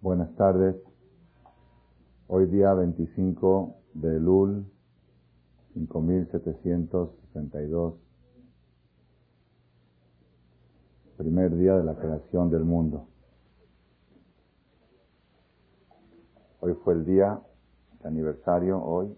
Buenas tardes. Hoy día 25 de Elul, 5762, primer día de la creación del mundo. Hoy fue el día, el aniversario, hoy,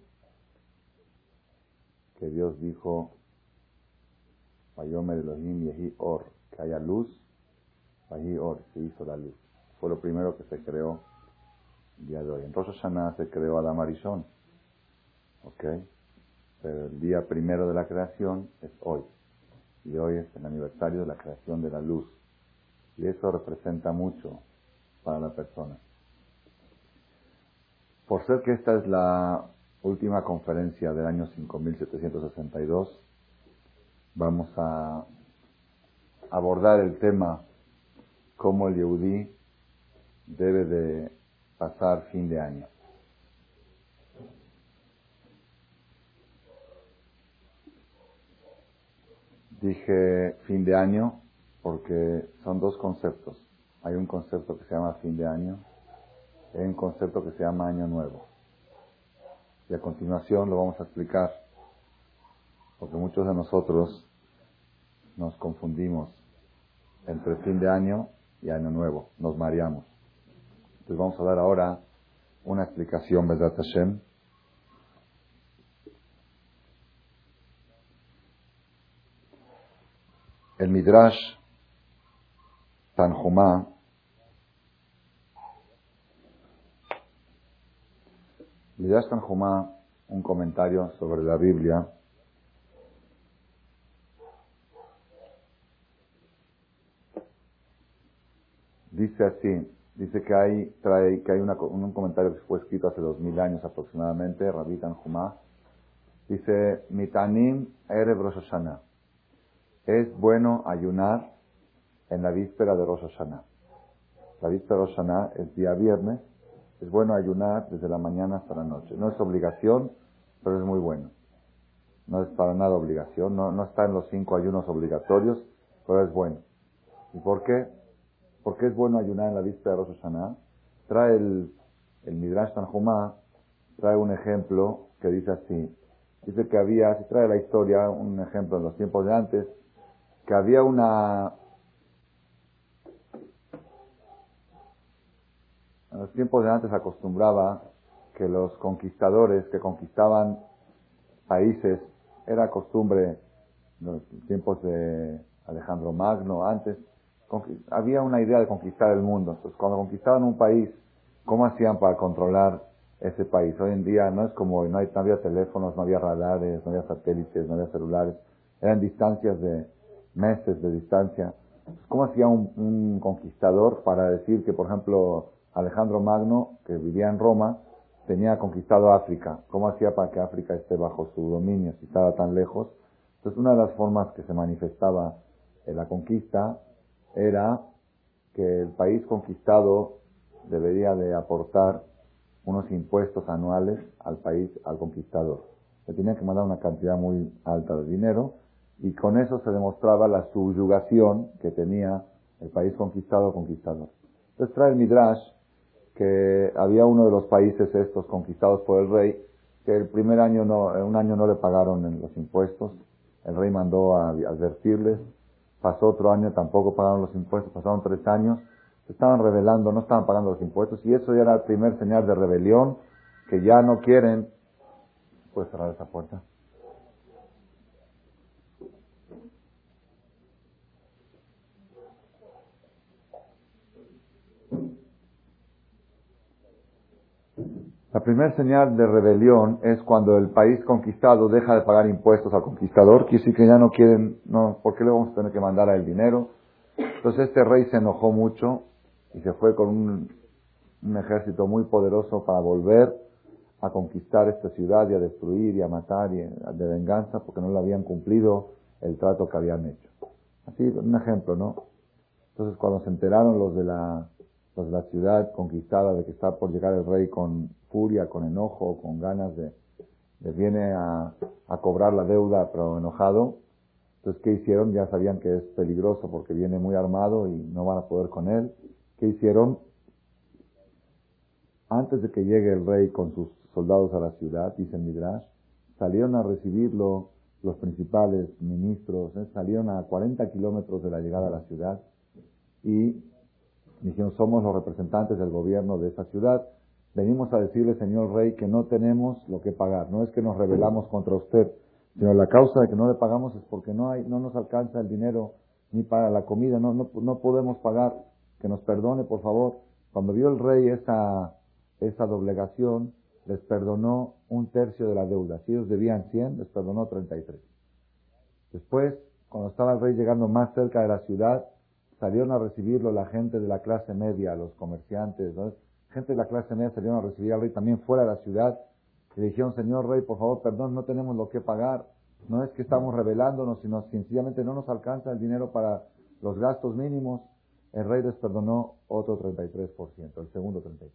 que Dios dijo, Vayomer Elohim Yehi Or, que haya luz, Vayi Or, se hizo la luz. Fue lo primero que se creó el día de hoy. En Rosh Hashanah se creó Adam Arishon, ¿ok? Pero el día primero de la creación es hoy. Y hoy es el aniversario de la creación de la luz. Y eso representa mucho para la persona. Por ser que esta es la última conferencia del año 5762, vamos a abordar el tema cómo el Yehudí debe de pasar fin de año. Dije fin de año porque son dos conceptos. Hay un concepto que se llama fin de año y hay un concepto que se llama año nuevo. Y a continuación lo vamos a explicar, porque muchos de nosotros nos confundimos entre fin de año y año nuevo, nos mareamos. Entonces vamos a dar ahora una explicación, Bezrat Hashem. El Midrash Tanjumá un comentario sobre la Biblia, dice así, dice que hay un comentario que fue escrito hace 2000 años aproximadamente, Rabbi Tanjumá, dice, Mitanim Erev Rosh Hashanah, es bueno ayunar en la víspera de Rosh Hashanah. La víspera de Rosh Hashanah es día viernes, es bueno ayunar desde la mañana hasta la noche. No es obligación, pero es muy bueno. No es para nada obligación, no está en los 5 ayunos obligatorios, pero es bueno. ¿Y por qué? Porque es bueno ayunar en la víspera de Rosh Hashanah. Trae el Midrash Tanjumá, trae un ejemplo que dice así. Dice que si trae la historia, un ejemplo en los tiempos de antes, que había en los tiempos de antes acostumbraba que los conquistadores que conquistaban países, era costumbre, en los tiempos de Alejandro Magno, antes, había una idea de conquistar el mundo. Entonces, cuando conquistaban un país, ¿cómo hacían para controlar ese país? Hoy en día no es como hoy, no había teléfonos, no había radares, no había satélites, no había celulares, eran distancias de meses de distancia. ¿Cómo hacía un conquistador para decir que, por ejemplo, Alejandro Magno, que vivía en Roma, tenía conquistado África? ¿Cómo hacía para que África esté bajo su dominio si estaba tan lejos? Entonces, una de las formas que se manifestaba en la conquista era que el país conquistado debería de aportar unos impuestos anuales al país, al conquistador. Le tenían que mandar una cantidad muy alta de dinero y con eso se demostraba la subyugación que tenía el país conquistado o conquistador. Entonces trae el Midrash que había uno de los países estos conquistados por el rey, que el primer año un año no le pagaron los impuestos, el rey mandó a advertirles, pasó otro año, tampoco pagaron los impuestos, pasaron 3 años, se estaban rebelando, no estaban pagando los impuestos, y eso ya era el primer señal de rebelión, que ya no quieren. ¿Puedes cerrar esa puerta? La primera señal de rebelión es cuando el país conquistado deja de pagar impuestos al conquistador, quiere decir que ya no quieren, ¿por qué le vamos a tener que mandar a él dinero? Entonces este rey se enojó mucho y se fue con un ejército muy poderoso para volver a conquistar esta ciudad y a destruir y a matar y de venganza porque no le habían cumplido el trato que habían hecho. Así, un ejemplo, ¿no? Entonces cuando se enteraron los de la ciudad conquistada de que está por llegar el rey con furia, con enojo, con ganas viene a cobrar la deuda, pero enojado. Entonces, ¿qué hicieron? Ya sabían que es peligroso porque viene muy armado y no van a poder con él. ¿Qué hicieron? antes de que llegue el rey con sus soldados a la ciudad, dice el Midrash, salieron a recibirlo los principales ministros, salieron a 40 kilómetros de la llegada a la ciudad y dijeron, somos los representantes del gobierno de esa ciudad, venimos a decirle, señor rey, que no tenemos lo que pagar, no es que nos rebelamos contra usted, sino la causa de que no le pagamos es porque no nos alcanza el dinero ni para la comida, no podemos pagar, que nos perdone por favor. Cuando vio el rey esa doblegación, les perdonó un tercio de la deuda. Si ellos debían 100, les perdonó 33. Después, cuando estaba el rey llegando más cerca de la ciudad, salieron a recibirlo la gente de la clase media, los comerciantes, ¿no? Gente de la clase media salieron a recibir al rey también fuera de la ciudad. Y le dijeron, señor rey, por favor, perdón, no tenemos lo que pagar. No es que estamos rebelándonos, sino sencillamente no nos alcanza el dinero para los gastos mínimos. El rey les perdonó otro 33%, el segundo 33%.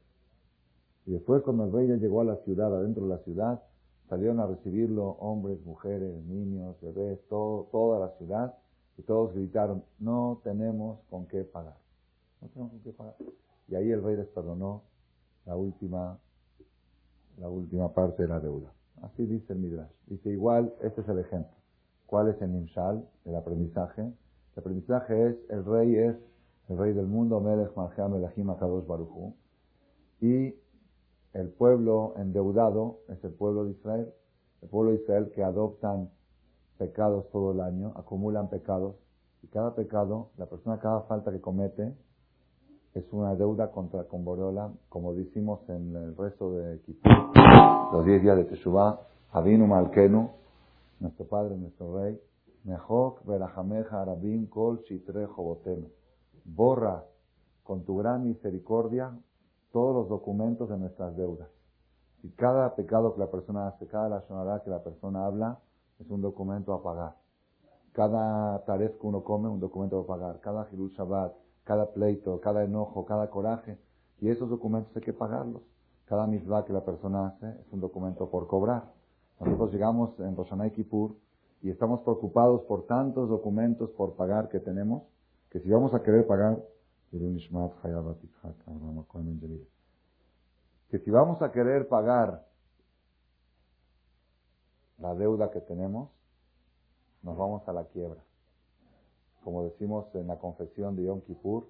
Y después, cuando el rey ya llegó a la ciudad, adentro de la ciudad, salieron a recibirlo hombres, mujeres, niños, bebés, toda la ciudad, y todos gritaron, no tenemos con qué pagar. No tenemos con qué pagar. Y ahí el rey les perdonó la última parte de la deuda. Así dice el Midrash. Dice igual, este es el ejemplo. ¿Cuál es el Nimshal, el aprendizaje? El aprendizaje es el rey del mundo, Melech Malchea Melachim HaKadosh Baruj Hu, y el pueblo endeudado es el pueblo de Israel. El pueblo de Israel que adoptan pecados todo el año, acumulan pecados, y cada pecado, cada falta que comete, es una deuda con Boreolam, como decimos en el rezo de Kippur, los 10 días de Teshuvah, Avinu Malkenu, nuestro Padre, nuestro Rey, Mejok Verajameja Arabim Kol Shitre Jobotenu, borra con tu gran misericordia todos los documentos de nuestras deudas. Y cada pecado que la persona hace, cada lashon hara que la persona habla, es un documento a pagar. Cada taref que uno come, un documento a pagar. Cada Hilul Shabbat, cada pleito, cada enojo, cada coraje. Y esos documentos hay que pagarlos. Cada mitzvah que la persona hace es un documento por cobrar. Nosotros llegamos en Rosh Hashanah y Kippur y estamos preocupados por tantos documentos por pagar que tenemos, que si vamos a querer pagar, que si vamos a querer pagar la deuda que tenemos, nos vamos a la quiebra. Como decimos en la confesión de Yom Kippur,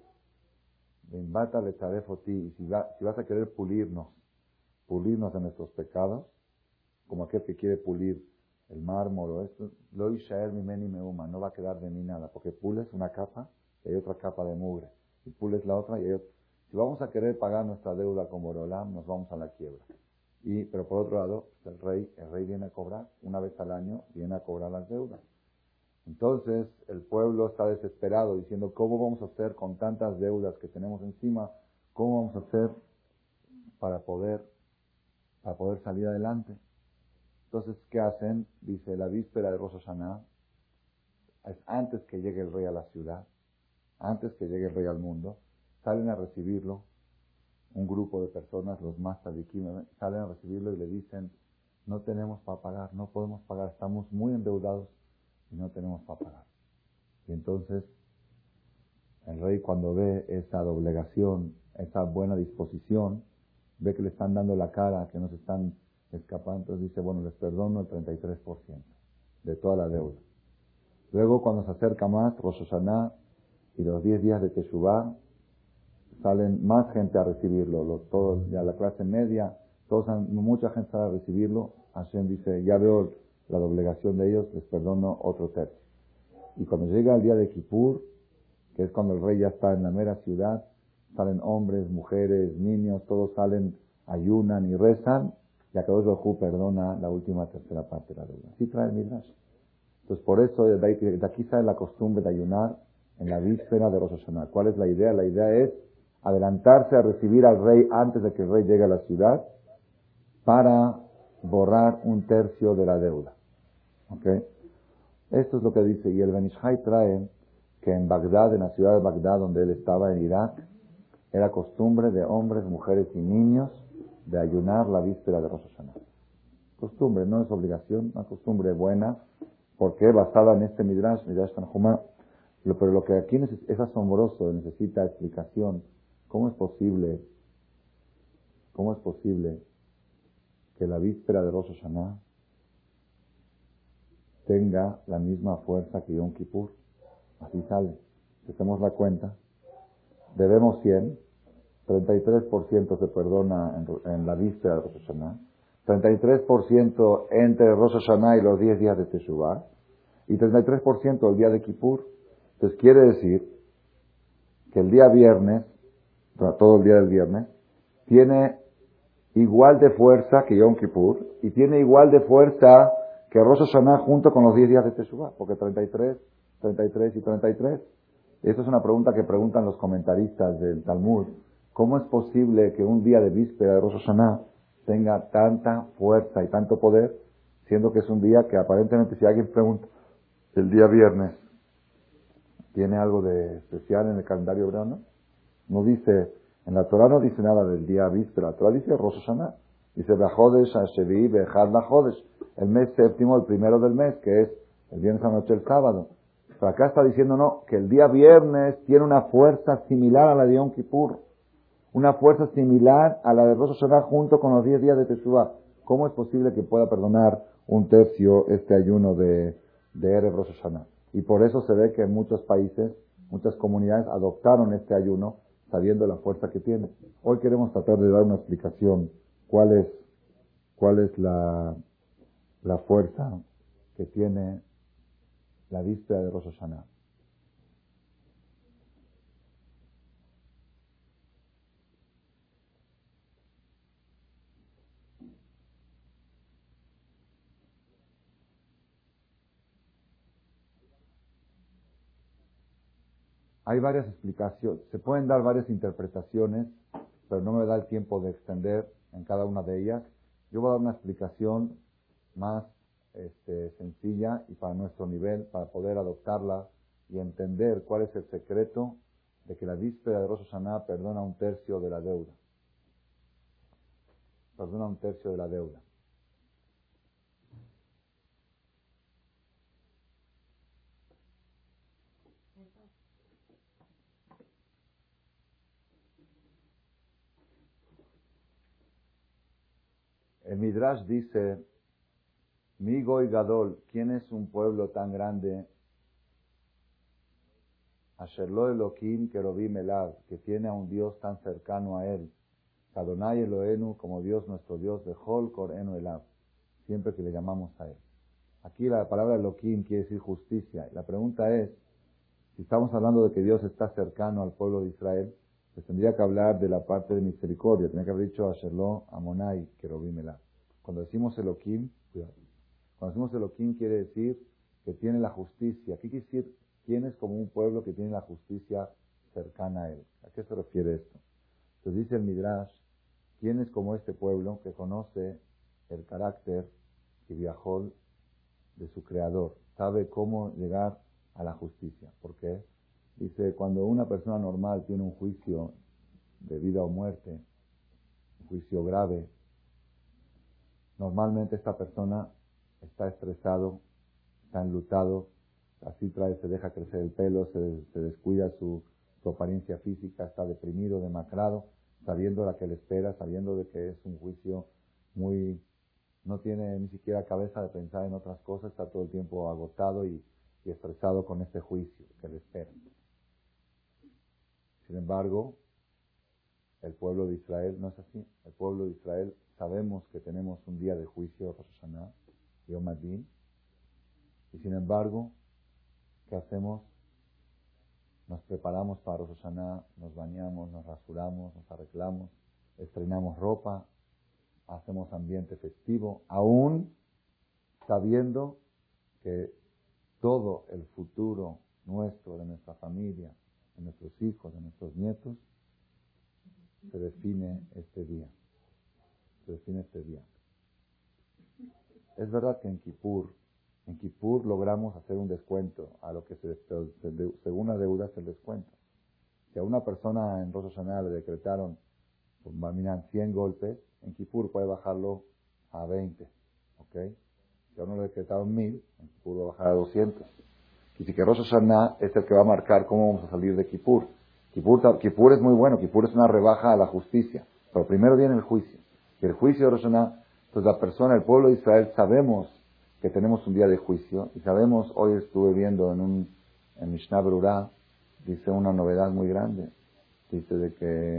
y si vas a querer pulirnos de nuestros pecados, como aquel que quiere pulir el mármol o esto, lo ishaer mimeni meuma, no va a quedar de mí nada, porque pules una capa y hay otra capa de mugre, y pules la otra y hay otra. Si vamos a querer pagar nuestra deuda con Boreolam, nos vamos a la quiebra. Pero por otro lado, el rey viene a cobrar, una vez al año viene a cobrar las deudas. Entonces, el pueblo está desesperado, diciendo, ¿cómo vamos a hacer con tantas deudas que tenemos encima? ¿Cómo vamos a hacer para poder salir adelante? Entonces, ¿qué hacen? Dice, la víspera de Rosh Hashanah, es antes que llegue el rey a la ciudad, antes que llegue el rey al mundo, salen a recibirlo, un grupo de personas, los más tzadikim, salen a recibirlo y le dicen, no tenemos para pagar, no podemos pagar, estamos muy endeudados y no tenemos para pagar. Y entonces, el rey cuando ve esa doblegación, esa buena disposición, ve que le están dando la cara, que no se están escapando, entonces dice, bueno, les perdono el 33% de toda la deuda. Luego, cuando se acerca más, Rosh Hashanah y los 10 días de Teshuvah, salen más gente a recibirlo, todos, ya la clase media, mucha gente sale a recibirlo. Hashem dice, ya veo la doblegación de ellos, les perdono otro tercio. Y cuando llega el día de Kippur, que es cuando el rey ya está en la mera ciudad, salen hombres, mujeres, niños, todos salen, ayunan y rezan, y Akadosh Baruj Hu perdona la última tercera parte de la deuda. Así trae el Midrash. Entonces, por eso, de aquí sale la costumbre de ayunar en la víspera de Rosh Hashanah. ¿Cuál es la idea? La idea es adelantarse a recibir al rey antes de que el rey llegue a la ciudad para borrar un tercio de la deuda. ¿Ok? Esto es lo que dice. Y el Ben Ishai trae que en Bagdad, en la ciudad de Bagdad, donde él estaba, en Irak, era costumbre de hombres, mujeres y niños de ayunar la víspera de Rosh Hashanah. Costumbre, no es obligación, una costumbre buena, porque basada en este Midrash Tanjumá. Pero lo que aquí es asombroso, necesita explicación. ¿Cómo es posible ¿Cómo es posible que la víspera de Rosh Hashanah tenga la misma fuerza que Yom Kippur? Así sale. Si hacemos la cuenta, debemos 100, 33% se perdona en la víspera de Rosh Hashanah, 33% entre Rosh Hashanah y los 10 días de Teshuvah, y 33% el día de Kippur. Entonces quiere decir que el día viernes, todo el día del viernes, tiene igual de fuerza que Yom Kippur, y tiene igual de fuerza que Rosh Hashanah junto con los 10 días de Teshuvah, porque 33, 33 y 33. Esta es una pregunta que preguntan los comentaristas del Talmud. ¿Cómo es posible que un día de víspera de Rosh Hashanah tenga tanta fuerza y tanto poder, siendo que es un día que aparentemente, si alguien pregunta, el día viernes, ¿tiene algo de especial en el calendario hebreo? No dice, en la Torah no dice nada del día víspera, la Torah dice Rosh Hashanah. Dice, Bejodesh, Hashevi, Bejad Lajodesh, el mes séptimo, el primero del mes, que es el viernes a la noche, el sábado. Pero acá está diciendo, no, que el día viernes tiene una fuerza similar a la de Yom Kippur, una fuerza similar a la de Rosh Hashanah junto con los 10 días de Teshuvah. ¿Cómo es posible que pueda perdonar un tercio este ayuno de Erev Rosh Hashanah? Y por eso se ve que en muchos países, muchas comunidades adoptaron este ayuno sabiendo la fuerza que tiene. Hoy queremos tratar de dar una explicación. ¿Cuál es la fuerza que tiene la víspera de Rosh Hashanah? Hay varias explicaciones, se pueden dar varias interpretaciones, pero no me da el tiempo de extender en cada una de ellas. Yo voy a dar una explicación más sencilla y para nuestro nivel, para poder adoptarla y entender cuál es el secreto de que la víspera de Rosh Hashanah perdona un tercio de la deuda. Perdona un tercio de la deuda. El Midrash dice, Mi Goy Gadol, ¿quién es un pueblo tan grande? Asherlo Elohim Kerubim Elav, que tiene a un Dios tan cercano a él. Adonai Elohenu, como Dios nuestro Dios, Bechol Korenu Elav, siempre que le llamamos a él. Aquí la palabra Elohim quiere decir justicia. Y la pregunta es, si estamos hablando de que Dios está cercano al pueblo de Israel, pues tendría que hablar de la parte de misericordia. Tendría que haber dicho Asherlo Amonai Kerubim Elav. Cuando decimos Elohim, cuidado. Cuando decimos Elohim quiere decir que tiene la justicia. ¿Qué quiere decir? ¿Quién es como un pueblo que tiene la justicia cercana a él? ¿A qué se refiere esto? Entonces dice el Midrash, ¿quién es como este pueblo que conoce el carácter y viajol de su creador? Sabe cómo llegar a la justicia. ¿Por qué? Dice, cuando una persona normal tiene un juicio de vida o muerte, un juicio grave, normalmente esta persona está estresado, está enlutado, así se deja crecer el pelo, se descuida su apariencia física, está deprimido, demacrado, sabiendo la que le espera, sabiendo de que es un juicio no tiene ni siquiera cabeza de pensar en otras cosas, está todo el tiempo agotado y estresado con este juicio que le espera. Sin embargo, el pueblo de Israel no es así. El pueblo de Israel sabemos que tenemos un día de juicio, Rosh Hashanah, Yom Adin, y sin embargo, ¿qué hacemos? Nos preparamos para Rosh Hashanah, nos bañamos, nos rasuramos, nos arreglamos, estrenamos ropa, hacemos ambiente festivo, aún sabiendo que todo el futuro nuestro, de nuestra familia, de nuestros hijos, de nuestros nietos, se define este día. Se define este día. Es verdad que en Kippur logramos hacer un descuento a lo que según la deuda es el descuento. Si a una persona en Rosh Hashanah le decretaron, pues, 100 golpes, en Kippur puede bajarlo a 20, ¿ok? Si a uno le decretaron 1000, en Kippur va a bajar a 200. Y si que Rosh Hashanah es el que va a marcar cómo vamos a salir de Kippur. Kippur es muy bueno, Kippur es una rebaja a la justicia. Pero primero viene el juicio. Y el juicio de Rosh Hashanah, pues la persona, el pueblo de Israel, sabemos que tenemos un día de juicio. Y sabemos, hoy estuve viendo en Mishnah Berurah, dice una novedad muy grande. Dice de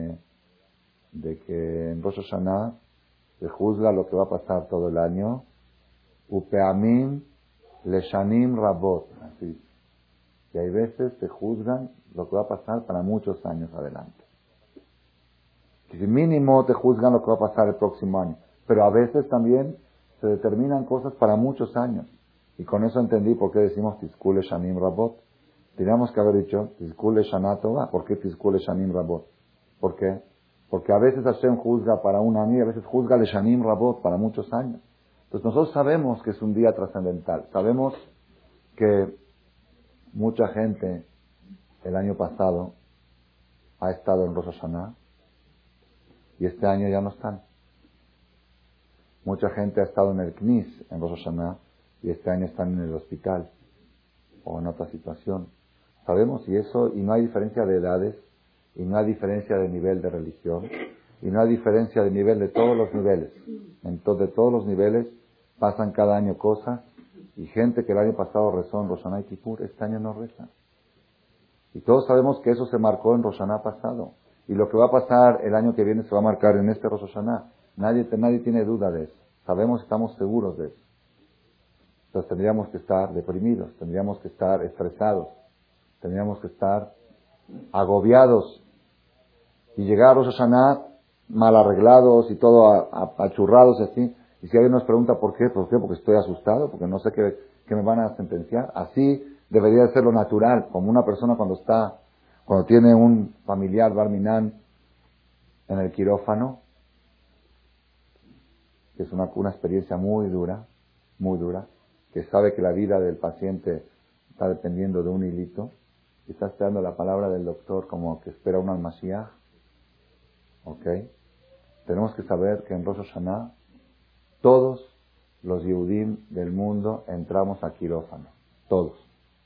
que en Rosh Hashanah se juzga lo que va a pasar todo el año. Upeamim leshanim rabot. Así. Y hay veces se juzgan lo que va a pasar para muchos años adelante. Que si mínimo te juzgan lo que va a pasar el próximo año. Pero a veces también se determinan cosas para muchos años. Y con eso entendí por qué decimos Tizkul leshanim rabot. Teníamos que haber dicho Tizkul leshanah tovah. ¿Por qué Tizkul leshanim rabot? ¿Por qué? Porque a veces Hashem juzga para un año y a veces juzga leshanim rabot para muchos años. Entonces nosotros sabemos que es un día trascendental. Sabemos que mucha gente el año pasado ha estado en Rosh Hashanah y este año ya no están. Mucha gente ha estado en el CNIS en Rosh Hashanah y este año están en el hospital o en otra situación. Sabemos y eso, y no hay diferencia de edades, y no hay diferencia de nivel de religión, y no hay diferencia de nivel de todos los niveles. Entonces, de todos los niveles pasan cada año cosas, y gente que el año pasado rezó en Rosh Hashanah y Kippur, este año no reza. Y todos sabemos que eso se marcó en Rosh Hashanah pasado. Y lo que va a pasar el año que viene se va a marcar en este Rosh Hashanah. Nadie tiene duda de eso. Sabemos, estamos seguros de eso. Entonces tendríamos que estar deprimidos, tendríamos que estar estresados, tendríamos que estar agobiados. Y llegar a Rosh Hashanah mal arreglados y todo apachurrados y así. Y si alguien nos pregunta ¿por qué? ¿Por qué? Porque estoy asustado, porque no sé qué me van a sentenciar. Así debería de ser lo natural, como una persona cuando tiene un familiar Barminan en el quirófano, que es una experiencia muy dura, que sabe que la vida del paciente está dependiendo de un hilito, y está esperando la palabra del doctor como que espera un al-Mashiach. ¿Ok? Tenemos que saber que en Rosh Hashanah todos los Yehudim del mundo entramos a quirófano. Todos.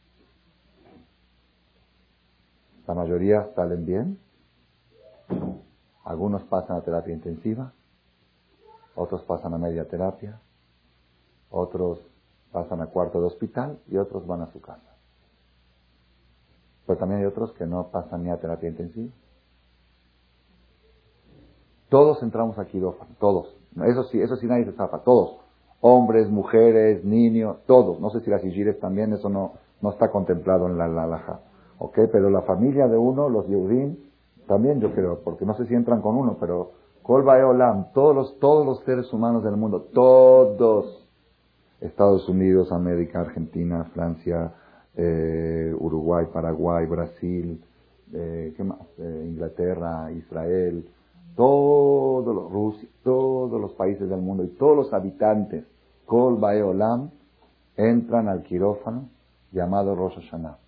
La mayoría salen bien. Algunos pasan a terapia intensiva. Otros pasan a media terapia. Otros pasan a cuarto de hospital y otros van a su casa. Pero también hay otros que no pasan ni a terapia intensiva. Todos entramos a quirófano, todos. Eso sí nadie se zafa, todos. Hombres, mujeres, niños, todos. No sé si las hijires también, eso no está contemplado en la halajá. ¿Ok? Pero la familia de uno, los Yehudim, también yo creo, porque no sé si entran con uno, pero Kol Bae Olam, todos los seres humanos del mundo, todos. Estados Unidos, América, Argentina, Francia, Uruguay, Paraguay, Brasil, ¿qué más? Inglaterra, Israel, Rusia, todos los países del mundo y todos los habitantes, Kol Bae Olam, entran al quirófano llamado Rosh Hashanah.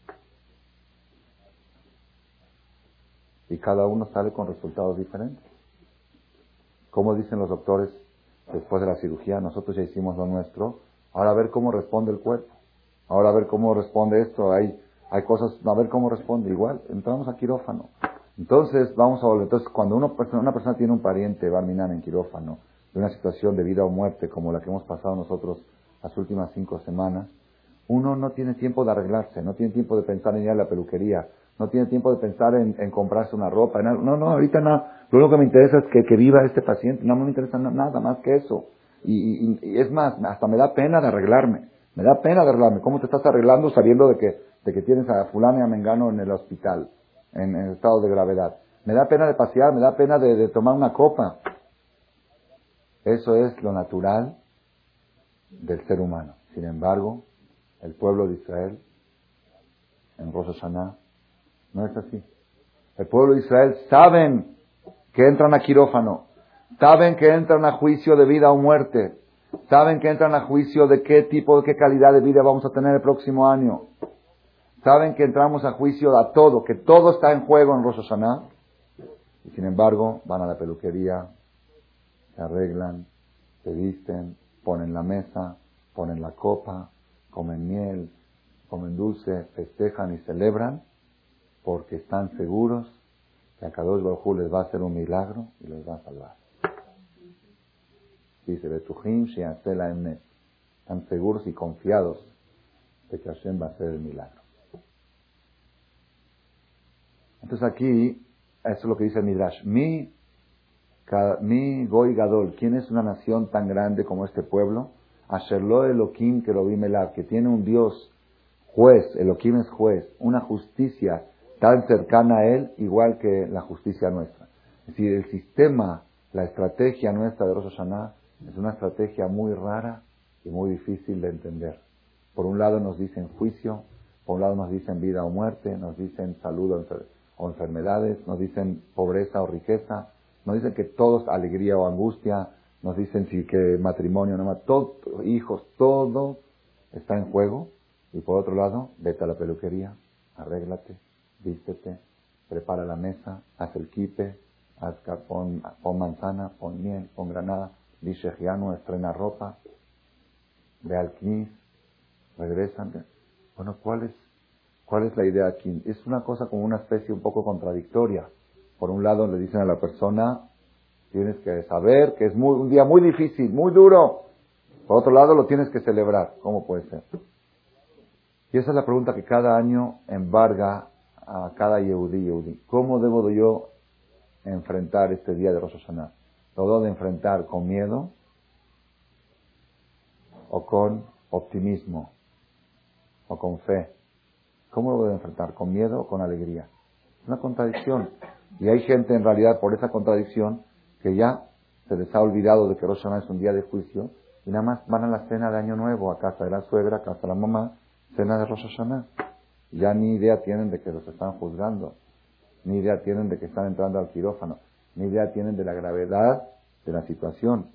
Y cada uno sale con resultados diferentes. Como dicen los doctores después de la cirugía, nosotros ya hicimos lo nuestro, ahora a ver cómo responde el cuerpo, ahora a ver cómo responde esto, hay cosas, a ver cómo responde, igual, entramos a quirófano. Entonces, vamos a volver, entonces cuando una persona tiene un pariente, Barminan, en quirófano, de una situación de vida o muerte, como la que hemos pasado nosotros las últimas 5 semanas, uno no tiene tiempo de arreglarse, no tiene tiempo de pensar en ir a la peluquería, no tiene tiempo de pensar en comprarse una ropa, en algo. No, ahorita nada. Lo único que me interesa es que viva este paciente. No me interesa nada más que eso. Y es más, hasta me da pena de arreglarme. Me da pena de arreglarme. ¿Cómo te estás arreglando sabiendo de que tienes a fulano y a mengano en el hospital, en estado de gravedad? Me da pena de pasear, me da pena de tomar una copa. Eso es lo natural del ser humano. Sin embargo, el pueblo de Israel, en Rosh Hashanah, no es así. El pueblo de Israel saben que entran a quirófano, saben que entran a juicio de vida o muerte, saben que entran a juicio de qué calidad de vida vamos a tener el próximo año, saben que entramos a juicio a todo, que todo está en juego en Rosh Hashanah, y sin embargo van a la peluquería, se arreglan, se visten, ponen la mesa, ponen la copa, comen miel, comen dulce, festejan y celebran, porque están seguros que Akadosh Baruj Hu les va a hacer un milagro y les va a salvar. Dice, Betujim she'aseh la emet. Están seguros y confiados de que Hashem va a hacer el milagro. Entonces aquí, eso es lo que dice el Midrash. Mi Goy Gadol, ¿quién es una nación tan grande como este pueblo? Asherlo Elohim Kerubim Elav, que tiene un Dios juez, Elohim es juez, una justicia tan cercana a él, igual que la justicia nuestra. Es decir, el sistema, la estrategia nuestra de Rosh Hashanah es una estrategia muy rara y muy difícil de entender. Por un lado nos dicen juicio, por un lado nos dicen vida o muerte, nos dicen salud o enfermedades, nos dicen pobreza o riqueza, nos dicen que todo es alegría o angustia, nos dicen si que matrimonio, no, todo, hijos, todo está en juego. Y por otro lado, vete a la peluquería, arréglate, vístete, prepara la mesa, haz el quipe, pon manzana, pon miel, pon granada, di shejianu, estrena ropa, ve al knis, regresan. Bueno, ¿cuál es la idea aquí? Es una cosa como una especie un poco contradictoria. Por un lado le dicen a la persona, tienes que saber que es un día muy difícil, muy duro. Por otro lado lo tienes que celebrar. ¿Cómo puede ser? Y esa es la pregunta que cada año embarga a cada Yehudí. ¿Cómo debo yo enfrentar este día de Rosh Hashanah? ¿Lo debo de enfrentar con miedo o con optimismo o con fe? ¿Cómo lo debo de enfrentar? ¿Con miedo o con alegría? Es una contradicción. Y hay gente en realidad por esa contradicción que ya se les ha olvidado de que Rosh Hashanah es un día de juicio y nada más van a la cena de Año Nuevo, a casa de la suegra, a casa de la mamá, cena de Rosh Hashanah. Ya ni idea tienen de que los están juzgando, ni idea tienen de que están entrando al quirófano, ni idea tienen de la gravedad de la situación.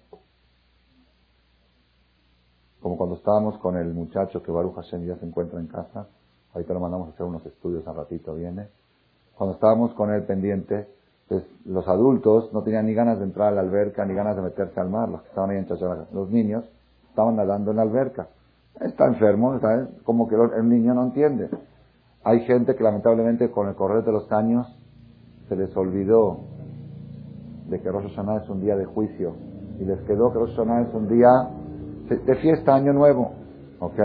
Como cuando estábamos con el muchacho que Baruch Hashem ya se encuentra en casa, ahorita lo mandamos a hacer unos estudios, al ratito viene. Cuando estábamos con él pendiente, pues los adultos no tenían ni ganas de entrar a la alberca, ni ganas de meterse al mar, los que estaban ahí en Chacharaca. Los niños estaban nadando en la alberca. Está enfermo, ¿sabes? Como que el niño no entiende. Hay gente que lamentablemente con el correr de los años se les olvidó de que Rosh Hashanah es un día de juicio y les quedó que Rosh Hashanah es un día de fiesta, Año Nuevo, ¿ok?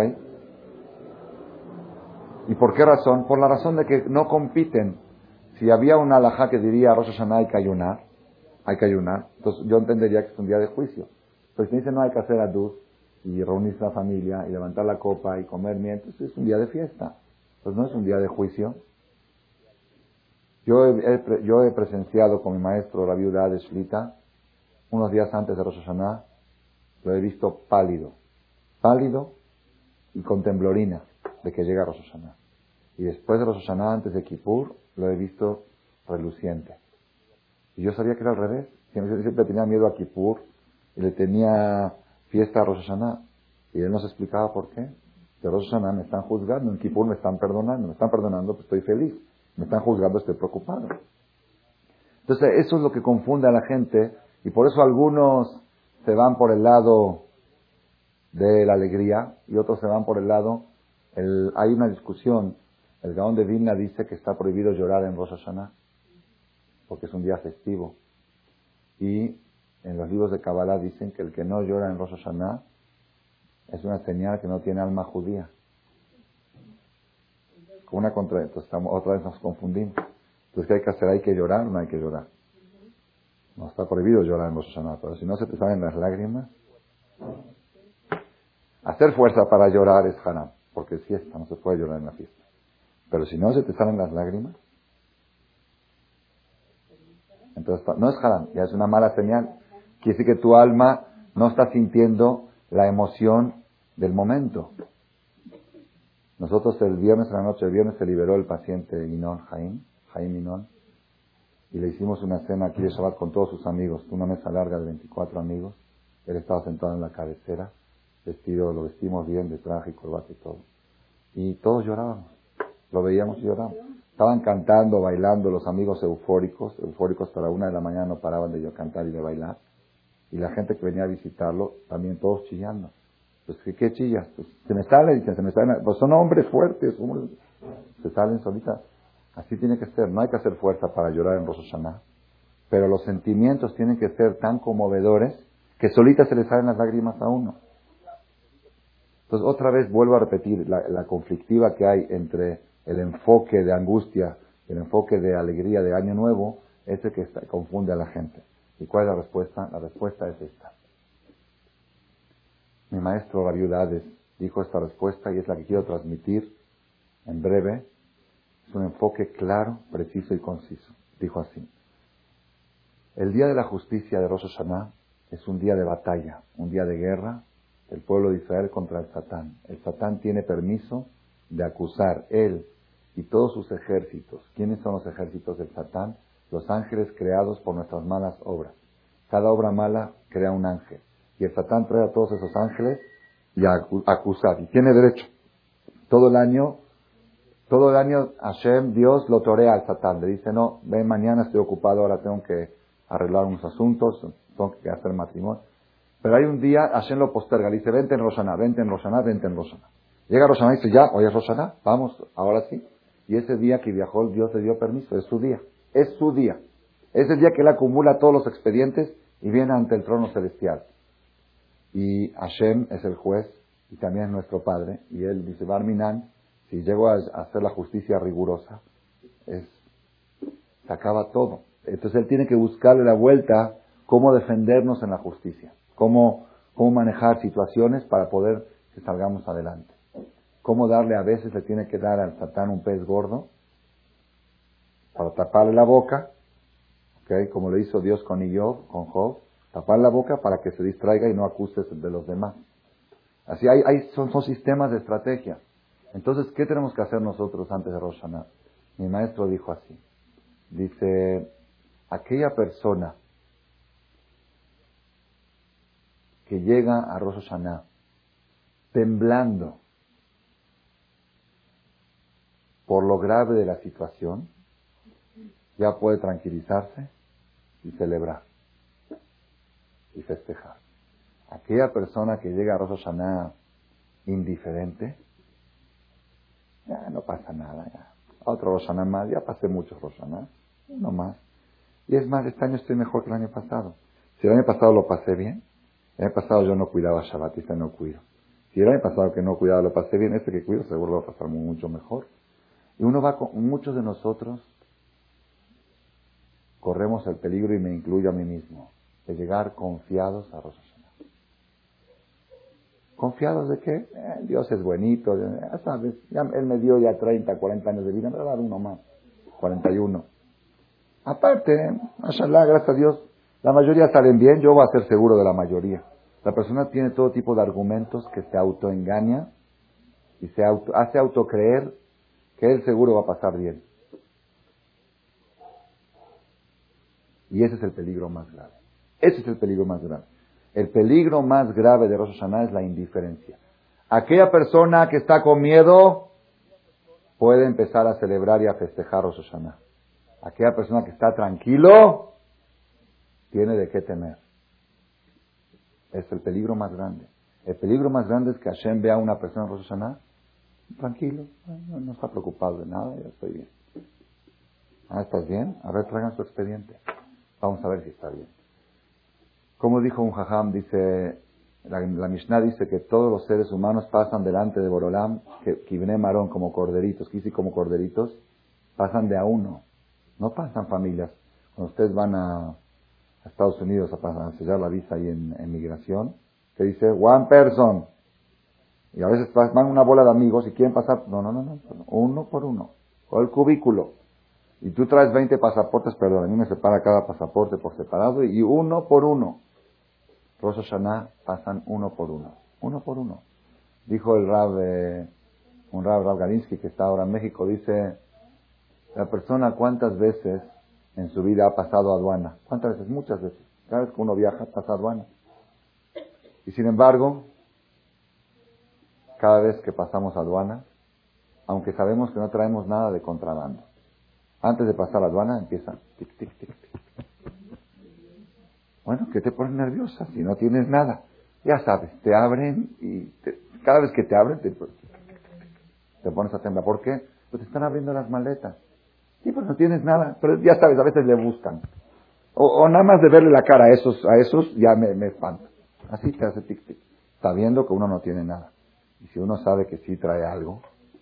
¿Y por qué razón? Por la razón de que no compiten. Si había una halajá que diría Rosh Hashanah hay que ayunar, entonces yo entendería que es un día de juicio. Pero si dice no hay que hacer adud y reunirse la familia y levantar la copa y comer miel, entonces es un día de fiesta. Pues no es un día de juicio. Yo he presenciado con mi maestro, la viuda de Shlita, unos días antes de Rosh Hashanah, lo he visto pálido y con temblorina de que llega Rosh Hashanah. Y después de Rosh Hashanah, antes de Kippur, lo he visto reluciente. Y yo sabía que era al revés. Siempre tenía miedo a Kippur y le tenía fiesta a Rosh Hashanah. Y él nos explicaba por qué. De Rosh Hashanah me están juzgando, en Kippur me están perdonando, pues estoy feliz. Me están juzgando, estoy preocupado. Entonces eso es lo que confunde a la gente y por eso algunos se van por el lado de la alegría y otros se van por el lado, hay una discusión, el Gaón de Vilna dice que está prohibido llorar en Rosh Hashanah porque es un día festivo y en los libros de Kabbalah dicen que el que no llora en Rosh Hashanah es una señal que no tiene alma judía. Entonces otra vez nos confundimos. Entonces, ¿qué hay que hacer? ¿Hay que llorar o no hay que llorar? No está prohibido llorar en Rosh Hashanah, pero si no se te salen las lágrimas, hacer fuerza para llorar es haram, porque es fiesta, no se puede llorar en la fiesta. Pero si no se te salen las lágrimas, entonces no es haram, ya es una mala señal. Quiere decir que tu alma no está sintiendo la emoción del momento. Nosotros el viernes en la noche, se liberó el paciente Inon, Jaime Inon, y le hicimos una cena aquí de Shabbat con todos sus amigos, una mesa larga de 24 amigos. Él estaba sentado en la cabecera, lo vestimos bien, de traje y corbata y todo. Y todos llorábamos, lo veíamos y llorábamos. Estaban cantando, bailando, los amigos eufóricos hasta la 1 de la mañana no paraban de cantar y de bailar. Y la gente que venía a visitarlo, también todos chillando. Pues, ¿qué chillas? Pues, se me salen, pues son hombres fuertes, se salen solitas. Así tiene que ser. No hay que hacer fuerza para llorar en Rosh Hashanah, pero los sentimientos tienen que ser tan conmovedores que solitas se le salen las lágrimas a uno. Entonces, otra vez vuelvo a repetir la conflictiva que hay entre el enfoque de angustia y el enfoque de alegría de Año Nuevo, ese que confunde a la gente. ¿Y cuál es la respuesta? La respuesta es esta. Mi maestro Rabbi Udades dijo esta respuesta y es la que quiero transmitir en breve. Es un enfoque claro, preciso y conciso. Dijo así: el día de la justicia de Rosh Hashanah es un día de batalla, un día de guerra del pueblo de Israel contra el Satán. El Satán tiene permiso de acusar él y todos sus ejércitos. ¿Quiénes son los ejércitos del Satán? Los ángeles creados por nuestras malas obras. Cada obra mala crea un ángel. Y el Satán trae a todos esos ángeles y a acusar. Y tiene derecho. Todo el año Hashem, Dios, lo torea al Satán. Le dice, no, ven mañana, estoy ocupado, ahora tengo que arreglar unos asuntos, tengo que hacer matrimonio. Pero hay un día, Hashem lo posterga, le dice, vente en Rosh Hashanah, vente en Rosh Hashanah, vente en Rosh Hashanah. Llega Rosh Hashanah y dice, ya, hoy es Rosh Hashanah, vamos, ahora sí. Y ese día que viajó, Dios le dio permiso, es su día. Es su día. Es el día que él acumula todos los expedientes y viene ante el trono celestial. Y Hashem es el juez y también es nuestro Padre. Y él dice, Barminan, si llego a hacer la justicia rigurosa, se acaba todo. Entonces él tiene que buscarle la vuelta, cómo defendernos en la justicia, cómo manejar situaciones para poder que salgamos adelante. Cómo darle, a veces le tiene que dar al Satán un pez gordo para taparle la boca, ¿okay? Como lo hizo Dios con Job, tapar la boca para que se distraiga y no acuse de los demás. Así son sistemas de estrategia. Entonces, ¿qué tenemos que hacer nosotros antes de Rosh Hashanah? Mi maestro dijo así. Dice, aquella persona que llega a Rosh Hashanah temblando por lo grave de la situación, ya puede tranquilizarse y celebrar y festejar. Aquella persona que llega a Rosh Hashanah indiferente, ya no pasa nada, ya. Otro Rosh Hashanah más, ya pasé muchos Rosh Hashanah, uno más. Y es más, este año estoy mejor que el año pasado. Si el año pasado lo pasé bien, el año pasado yo no cuidaba Shabbat, este no cuido. Si el año pasado que no cuidaba lo pasé bien, este que cuido seguro lo va a pasar mucho mejor. Y muchos de nosotros corremos el peligro, y me incluyo a mí mismo, de llegar confiados a Rosh Hashanah. ¿Confiados de qué? Dios es buenito, ya sabes, Él me dio ya 30, 40 años de vida, me va a dar uno más, 41. Aparte, mashallah, gracias a Dios, la mayoría salen bien, yo voy a ser seguro de la mayoría. La persona tiene todo tipo de argumentos que se autoengaña y hace autocreer que él seguro va a pasar bien. Y ese es el peligro más grave. Ese es el peligro más grave. El peligro más grave de Rosh Hashanah es la indiferencia. Aquella persona que está con miedo puede empezar a celebrar y a festejar Rosh Hashanah. Aquella persona que está tranquilo tiene de qué temer. Es el peligro más grande. El peligro más grande es que Hashem vea a una persona en Rosh Hashanah tranquilo, no está preocupado de nada, ya estoy bien. ¿Estás bien? A ver, traigan su expediente. Vamos a ver si está bien. Como dijo un jajam, dice, la Mishnah dice que todos los seres humanos pasan delante de Borolam, que Kibne Marón, como corderitos, como corderitos, pasan de a uno. No pasan familias. Cuando ustedes van a Estados Unidos a sellar la visa ahí en migración, que dice, one person. Y a veces van una bola de amigos y quieren pasar, no, uno por uno, o el cubículo. Y tú traes 20 pasaportes, perdón, a mí me separa cada pasaporte por separado, y uno por uno. Rosh Hashanah pasan uno por uno. Dijo el Rav Galinsky, que está ahora en México, dice, la persona cuántas veces en su vida ha pasado aduana. ¿Cuántas veces? Muchas veces. Cada vez que uno viaja, pasa aduana. Y sin embargo, cada vez que pasamos aduana, aunque sabemos que no traemos nada de contrabando, antes de pasar la aduana empieza tic, tic, tic, tic. Bueno, ¿qué te pone nerviosa si no tienes nada? Ya sabes, te abren y cada vez que te abren te pones a temblar. ¿Por qué? Pues te están abriendo las maletas. Sí, pues no tienes nada. Pero ya sabes, a veces le buscan. O nada más de verle la cara a esos ya me espanta. Así te hace tic-tic. Sabiendo que uno no tiene nada. Y si uno sabe que sí trae algo,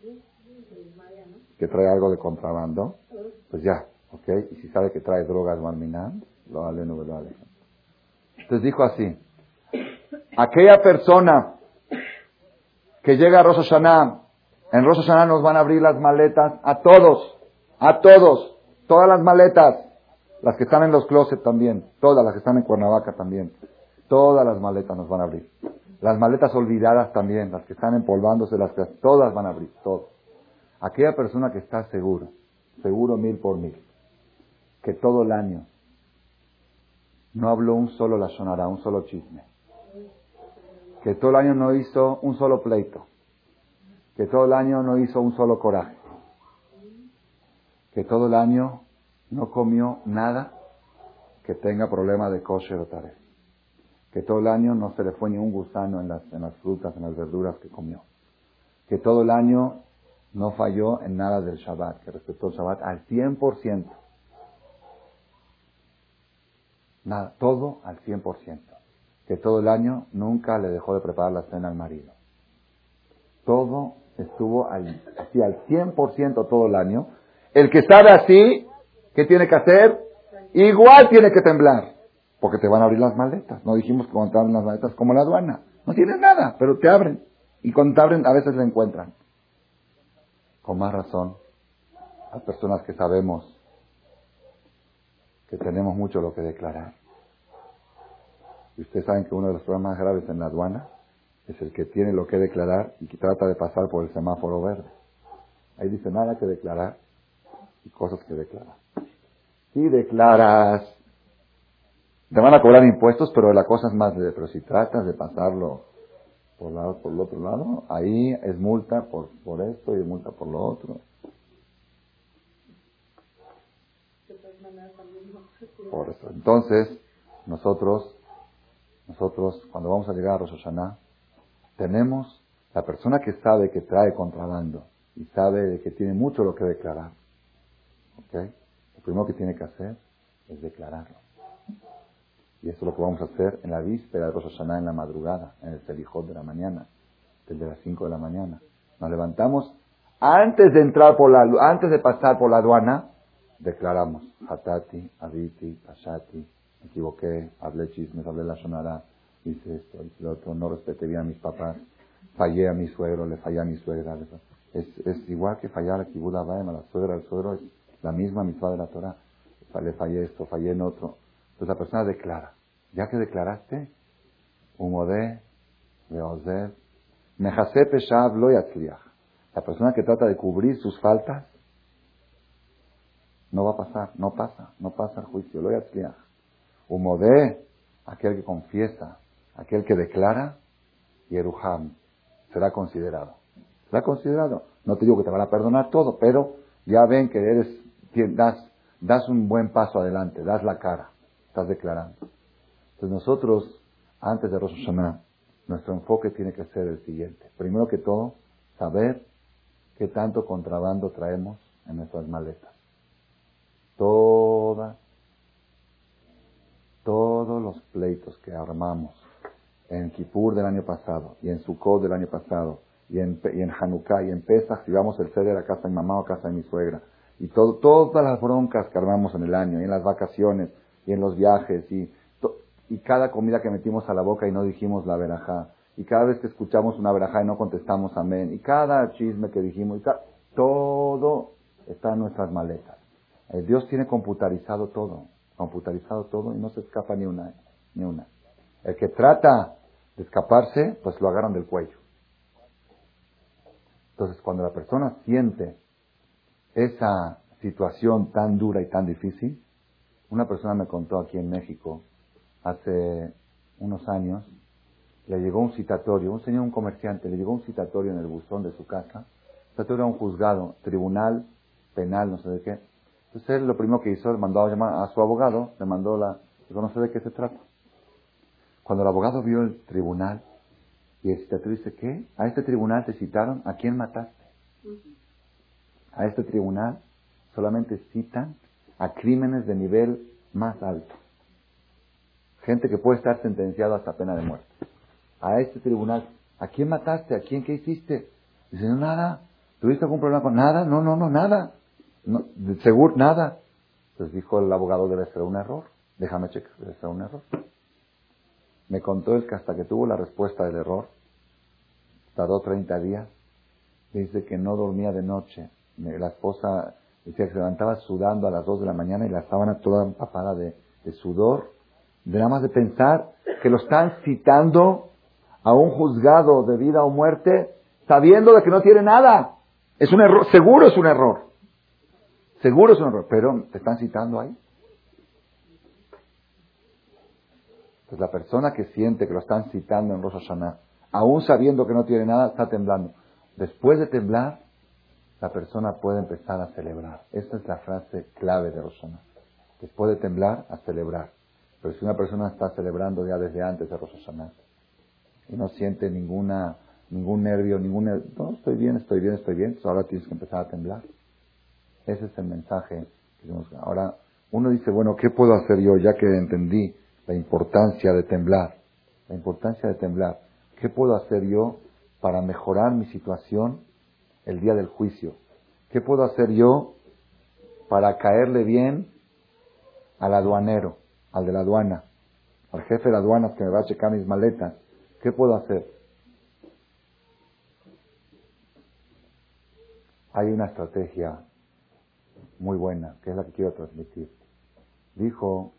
que trae algo de contrabando, pues ya, ¿ok? Y si sabe que trae drogas marminan, lo vale, no lo vale. Entonces dijo así, aquella persona que llega a Rosh Hashanah, en Rosh Hashanah nos van a abrir las maletas a todos, todas las maletas, las que están en los closets también, todas las que están en Cuernavaca también, todas las maletas nos van a abrir. Las maletas olvidadas también, las que están empolvándose, todas van a abrir, todas. Aquella persona que está seguro 1000%, que todo el año no habló un solo lashon hara, un solo chisme, que todo el año no hizo un solo pleito, que todo el año no hizo un solo coraje, que todo el año no comió nada que tenga problema de kosher o taref, que todo el año no se le fue ni un gusano en las frutas, en las verduras que comió, que todo el año no falló en nada del Shabbat, que respetó el Shabbat al 100%. Nada, todo al 100%. Que todo el año nunca le dejó de preparar la cena al marido. Todo estuvo así al 100% todo el año. El que sabe así, ¿qué tiene que hacer? Igual tiene que temblar. Porque te van a abrir las maletas. No dijimos que cuando te abren las maletas como la aduana. No tienes nada, pero te abren. Y cuando te abren, a veces le encuentran. Con más razón, las personas que sabemos que tenemos mucho lo que declarar. Y ustedes saben que uno de los problemas más graves en la aduana es el que tiene lo que declarar y que trata de pasar por el semáforo verde. Ahí dice nada que declarar y cosas que declarar. Si declaras, te van a cobrar impuestos, pero la cosa es más pero si tratas de pasarlo por el otro lado, ahí es multa por esto y multa por lo otro. Por eso. Entonces, nosotros, cuando vamos a llegar a Rosh Hashanah, tenemos la persona que sabe que trae contrabando y sabe de que tiene mucho lo que declarar. ¿Ok? Lo primero que tiene que hacer es declararlo. Y eso es lo que vamos a hacer en la víspera de Rosh Hashanah, en la madrugada, en el Selijot de la mañana, desde las 5 de la mañana. Nos levantamos, antes de pasar por la aduana, declaramos, Hatati, Aviti, Pashati, me equivoqué, hablé chismes, hablé la shonara, hice esto, hice lo otro, no respeté bien a mis papás, fallé a mi suegro, le fallé a mi suegra. Es igual que fallar a Kibud Abayim, a la suegra, al suegro, es la misma mitzvah de la Torah. Le fallé esto, fallé en otro. Entonces la persona declara. Ya que declaraste, Umodé, Leozer, Mejase Peshav lo yatzliach. La persona que trata de cubrir sus faltas, no va a pasar, no pasa el juicio, lo yatzliach. Umodé, aquel que confiesa, aquel que declara, Yeruham, será considerado. Será considerado. No te digo que te van a perdonar todo, pero ya ven que das un buen paso adelante, das la cara, estás declarando. Entonces nosotros, antes de Rosh Hashanah, nuestro enfoque tiene que ser el siguiente. Primero que todo, saber qué tanto contrabando traemos en nuestras maletas. Todos los pleitos que armamos en Kippur del año pasado, y en Sukkot del año pasado, y en Hanukkah, y en Pesach, si vamos el ceder a casa de mi mamá o a casa de mi suegra, y todas las broncas que armamos en el año, y en las vacaciones, y en los viajes, y cada comida que metimos a la boca y no dijimos la verajá, y cada vez que escuchamos una verajá y no contestamos amén, y cada chisme que dijimos, todo está en nuestras maletas. Dios tiene computarizado todo, y no se escapa ni una. El que trata de escaparse, pues lo agarran del cuello. Entonces, cuando la persona siente esa situación tan dura y tan difícil, una persona me contó aquí en México, hace unos años, le llegó un citatorio, un comerciante, le llegó un citatorio en el buzón de su casa. El citatorio era un juzgado, tribunal, penal, no sé de qué. Entonces él lo primero que hizo, mandó a llamar a su abogado, dijo, no sé de qué se trata. Cuando el abogado vio el tribunal, y el citatorio dice, ¿qué? ¿A este tribunal te citaron? ¿A quién mataste? A este tribunal solamente citan a crímenes de nivel más alto. Gente que puede estar sentenciada hasta pena de muerte. A este tribunal, ¿a quién mataste? ¿A quién? ¿Qué hiciste? Dice, no, nada. ¿Tuviste algún problema con nada? No, nada. No, seguro, nada. Entonces dijo el abogado, debe ser un error. Déjame checar, debe ser un error. Me contó él que hasta que tuvo la respuesta del error, tardó 30 días. Dice que no dormía de noche. La esposa decía que se levantaba sudando a las 2 de la mañana y la sábana toda empapada de sudor. De nada más de pensar que lo están citando a un juzgado de vida o muerte sabiendo de que no tiene nada. Es un error, seguro es un error. Seguro es un error, pero te están citando ahí. Pues la persona que siente que lo están citando en Rosh Hashanah, aún sabiendo que no tiene nada, está temblando. Después de temblar, la persona puede empezar a celebrar. Esta es la frase clave de Rosh Hashanah. Después de temblar, a celebrar. Pero si una persona está celebrando ya desde antes de Rosh Hashanah y no siente ningún nervio, no, estoy bien, pues ahora tienes que empezar a temblar. Ese es el mensaje que tenemos. Ahora, uno dice, bueno, ¿qué puedo hacer yo ya que entendí la importancia de temblar? La importancia de temblar. ¿Qué puedo hacer yo para mejorar mi situación el día del juicio? ¿Qué puedo hacer yo para caerle bien al aduanero, al de la aduana, al jefe de aduanas que me va a checar mis maletas? ¿Qué puedo hacer? Hay una estrategia muy buena, que es la que quiero transmitir. Dijo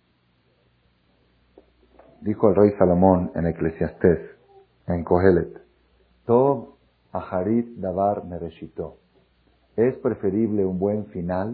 el rey Salomón en Eclesiastés, en Kohelet, Tov aharit davar mereshito. Es preferible un buen final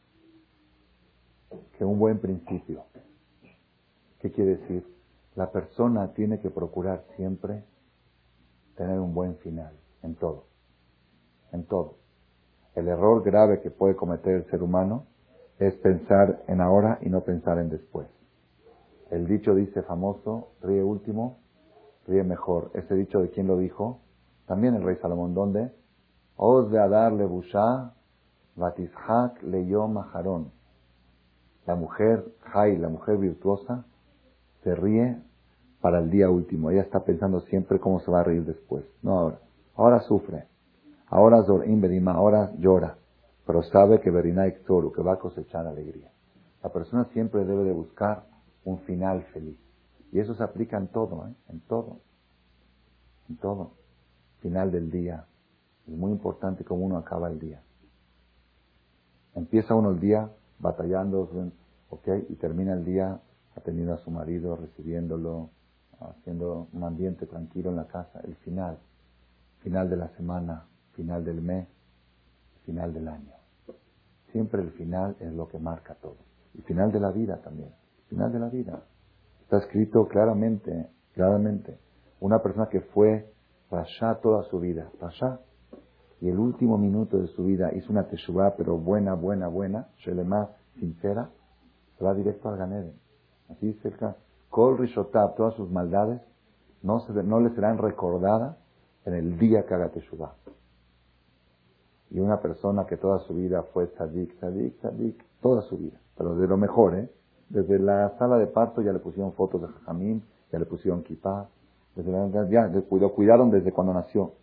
que un buen principio. ¿Qué quiere decir? La persona tiene que procurar siempre tener un buen final, en todo. En todo. El error grave que puede cometer el ser humano es pensar en ahora y no pensar en después. El dicho dice famoso, ríe último, ríe mejor. ¿Ese dicho de quién lo dijo? También el rey Salomón. ¿Dónde? Oz de Adar le Bushá, Batishak le Yom Aharón. La mujer, la mujer virtuosa, se ríe para el día último. Ella está pensando siempre cómo se va a reír después. No ahora. Ahora sufre. Ahora Zorim Bedima, ahora llora. Pero sabe que Berina Iktoru, que va a cosechar alegría. La persona siempre debe de buscar un final feliz. Y eso se aplica en todo, en todo. En todo. Final del día. Es muy importante cómo uno acaba el día. Empieza uno el día batallando, y termina el día atendiendo a su marido, recibiéndolo, haciendo un ambiente tranquilo en la casa. El final. Final de la semana, final del mes, final del año. Siempre el final es lo que marca todo. Y final de la vida también. Final de la vida. Está escrito claramente. Una persona que fue Rasha toda su vida. Rasha. Y el último minuto de su vida hizo una teshuvá, pero buena, Shelema, sincera, se va directo al Gan Eden. Así dice el Kol Rishotab, todas sus maldades, no le serán recordadas en el día que haga teshuvá. Y una persona que toda su vida fue tzadik, toda su vida, pero de lo mejor, desde la sala de parto ya le pusieron fotos de Jajamín, ya le pusieron kippah, ya le cuidaron desde cuando nació.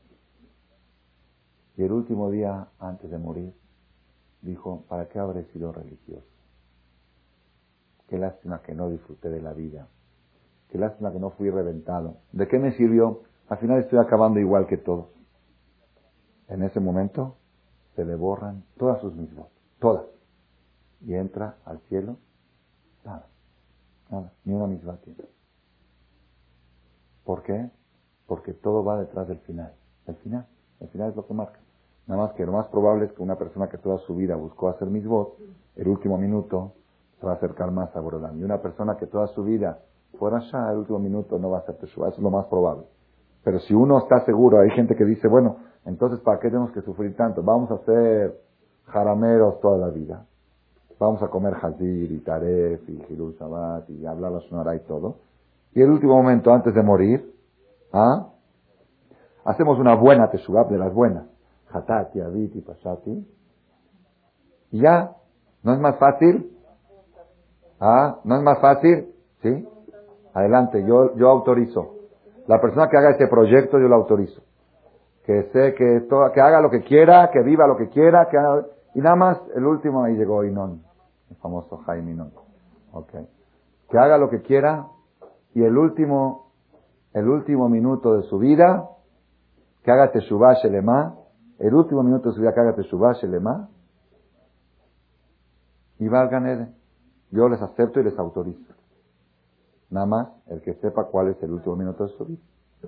Y el último día, antes de morir, dijo, ¿para qué habré sido religioso? Qué lástima que no disfruté de la vida. Qué lástima que no fui reventado. ¿De qué me sirvió? Al final estoy acabando igual que todos. En ese momento se le borran todas sus mismas, todas. Y entra al cielo, nada, ni una misma tiene. ¿Por qué? Porque todo va detrás del final. El final es lo que marca. Nada más que lo más probable es que una persona que toda su vida buscó hacer misbot, el último minuto se va a acercar más a Borodán. Y una persona que toda su vida fuera ya, el último minuto no va a hacer teshuvá. Eso es lo más probable. Pero si uno está seguro, hay gente que dice, bueno, entonces ¿para qué tenemos que sufrir tanto? Vamos a ser jarameros toda la vida. Vamos a comer hazir y taref y hilul shabbat y hablar la shonara y todo. Y el último momento antes de morir, hacemos una buena teshuvá, de las buenas. Hatati, Aviti, Pashati. Y ya, ¿no es más fácil? ¿No es más fácil? ¿Sí? Adelante, yo autorizo. La persona que haga este proyecto, yo lo autorizo. Que haga lo que quiera, que viva lo que quiera, y nada más, el último ahí llegó Inón, el famoso Jaime Inón. Okay. Que haga lo que quiera, y el último minuto de su vida, que haga Teshuvah Shelema, el último minuto de su vida que haga Teshuvah Shelema, y va al Gan Eden. Yo les acepto y les autorizo. Nada más el que sepa cuál es el último minuto de su vida.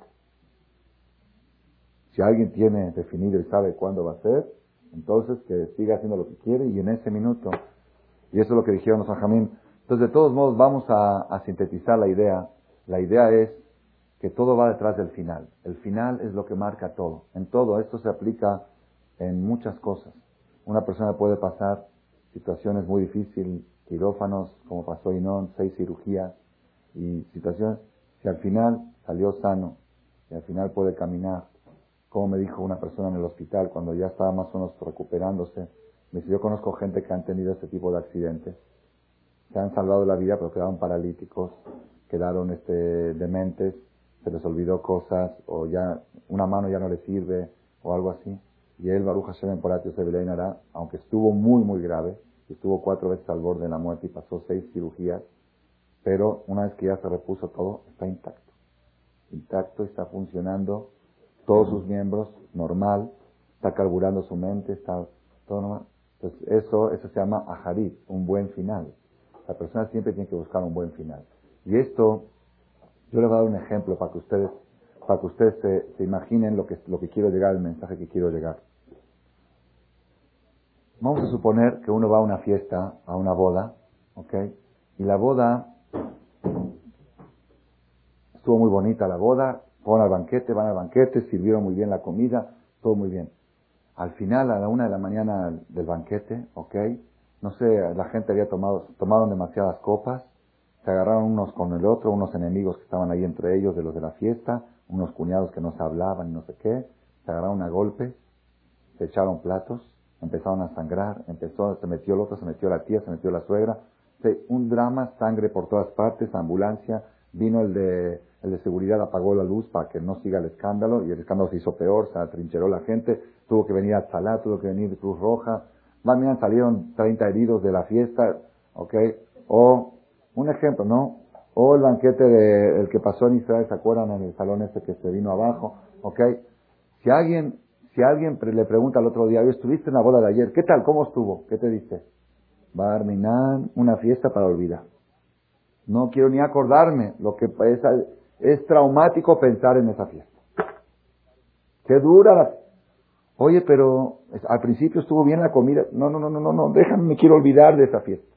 Si alguien tiene definido y sabe cuándo va a ser, entonces que siga haciendo lo que quiere y en ese minuto, y eso es lo que dijeron los Sajamim. Entonces, de todos modos, vamos a sintetizar la idea. La idea es que todo va detrás del final. El final es lo que marca todo. En todo, esto se aplica en muchas cosas. Una persona puede pasar situaciones muy difíciles, quirófanos, como pasó Inón, 6 cirugías, y situaciones, si al final salió sano, y al final puede caminar, como me dijo una persona en el hospital cuando ya estaba más o menos recuperándose, me dice, yo conozco gente que han tenido este tipo de accidentes, se han salvado la vida pero quedaron paralíticos, quedaron dementes, se les olvidó cosas, o ya una mano ya no le sirve, o algo así. Y él, Baruch Hashem en Poratio Sevileinara, aunque estuvo muy muy grave, estuvo 4 veces al borde de la muerte y pasó 6 cirugías, pero una vez que ya se repuso todo, está intacto. Intacto, está funcionando todos sus miembros, normal, está carburando su mente, está todo normal. Entonces eso se llama aharit, un buen final. La persona siempre tiene que buscar un buen final. Y esto, yo les voy a dar un ejemplo para que ustedes se imaginen lo que quiero llegar, el mensaje que quiero llegar. Vamos a suponer que uno va a una fiesta, a una boda, ¿ok? Y la boda, estuvo muy bonita la boda, van al banquete, sirvieron muy bien la comida, todo muy bien. Al final, a la 1 de la mañana del banquete, ¿ok? No sé, la gente tomaron demasiadas copas, se agarraron unos con el otro, unos enemigos que estaban ahí entre ellos, de los de la fiesta, unos cuñados que no se hablaban y no sé qué, se agarraron a golpes, se echaron platos, empezaron a sangrar, se metió el otro, se metió la tía, se metió la suegra, un drama, sangre por todas partes, ambulancia, vino el de seguridad, apagó la luz para que no siga el escándalo, y el escándalo se hizo peor, se atrincheró la gente, tuvo que venir Atzalá, tuvo que venir Cruz Roja, más salieron 30 heridos de la fiesta, ¿ok? O, un ejemplo, ¿no? O el banquete el que pasó en Israel, ¿se acuerdan? En el salón que se vino abajo, ¿ok? Si alguien le pregunta al otro día, oye, estuviste en la boda de ayer, ¿qué tal? ¿Cómo estuvo? ¿Qué te dice? Bar Minan, una fiesta para olvidar. No quiero ni acordarme, es traumático pensar en esa fiesta. Qué dura Oye, pero al principio estuvo bien la comida. No, déjame, me quiero olvidar de esa fiesta.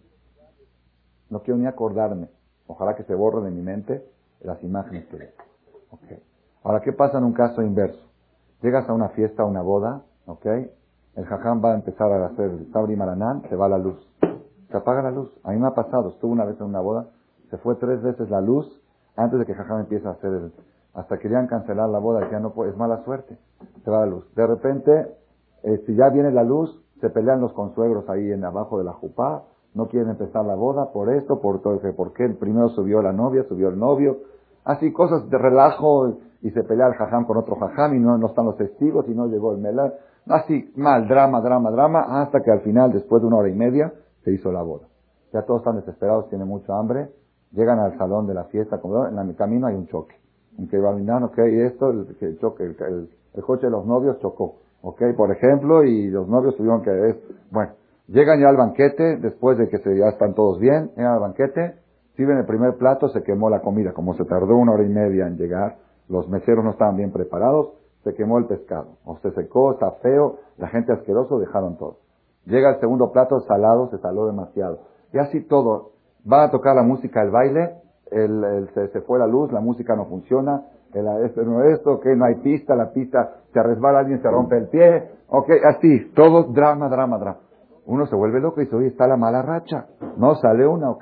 No quiero ni acordarme. Ojalá que se borre de mi mente las imágenes que veo. Okay. Ahora, ¿qué pasa en un caso inverso? Llegas a una fiesta, a una boda, ¿ok? El jajam va a empezar a hacer el sabri maranán, se va la luz. Se apaga la luz. A mí me ha pasado, estuve una vez en una boda, se fue 3 veces la luz antes de que el jajam empiece a hacer hasta querían cancelar la boda, ya no puede, es mala suerte. Se va la luz. De repente, si ya viene la luz, se pelean los consuegros ahí en abajo de la jupá, no quieren empezar la boda por esto, por todo, porque el primero subió la novia, subió el novio, así cosas de relajo, y se pelea el jajam con otro jajam, y no están los testigos, y no llegó el melán, así mal, drama, hasta que al final, después de 1 hora y media, se hizo la boda. Ya todos están desesperados, tienen mucha hambre, llegan al salón de la fiesta, en el camino hay un choque. Que va mirando, ok, el choque, el coche de los novios chocó, ok, por ejemplo, y los novios tuvieron bueno, llegan ya al banquete, después de que ya están todos bien, llegan al banquete, sirven el primer plato, se quemó la comida, como se tardó 1 hora y media en llegar, los meseros no estaban bien preparados, se quemó el pescado, o se secó, está feo, la gente asqueroso, dejaron todo. Llega el segundo plato salado, se saló demasiado, y así todo, van a tocar la música, el baile, se fue la luz, la música no funciona, que no hay pista, la pista se resbala, alguien se rompe el pie, así, todo drama. Uno se vuelve loco y dice, oye, está la mala racha, no sale una,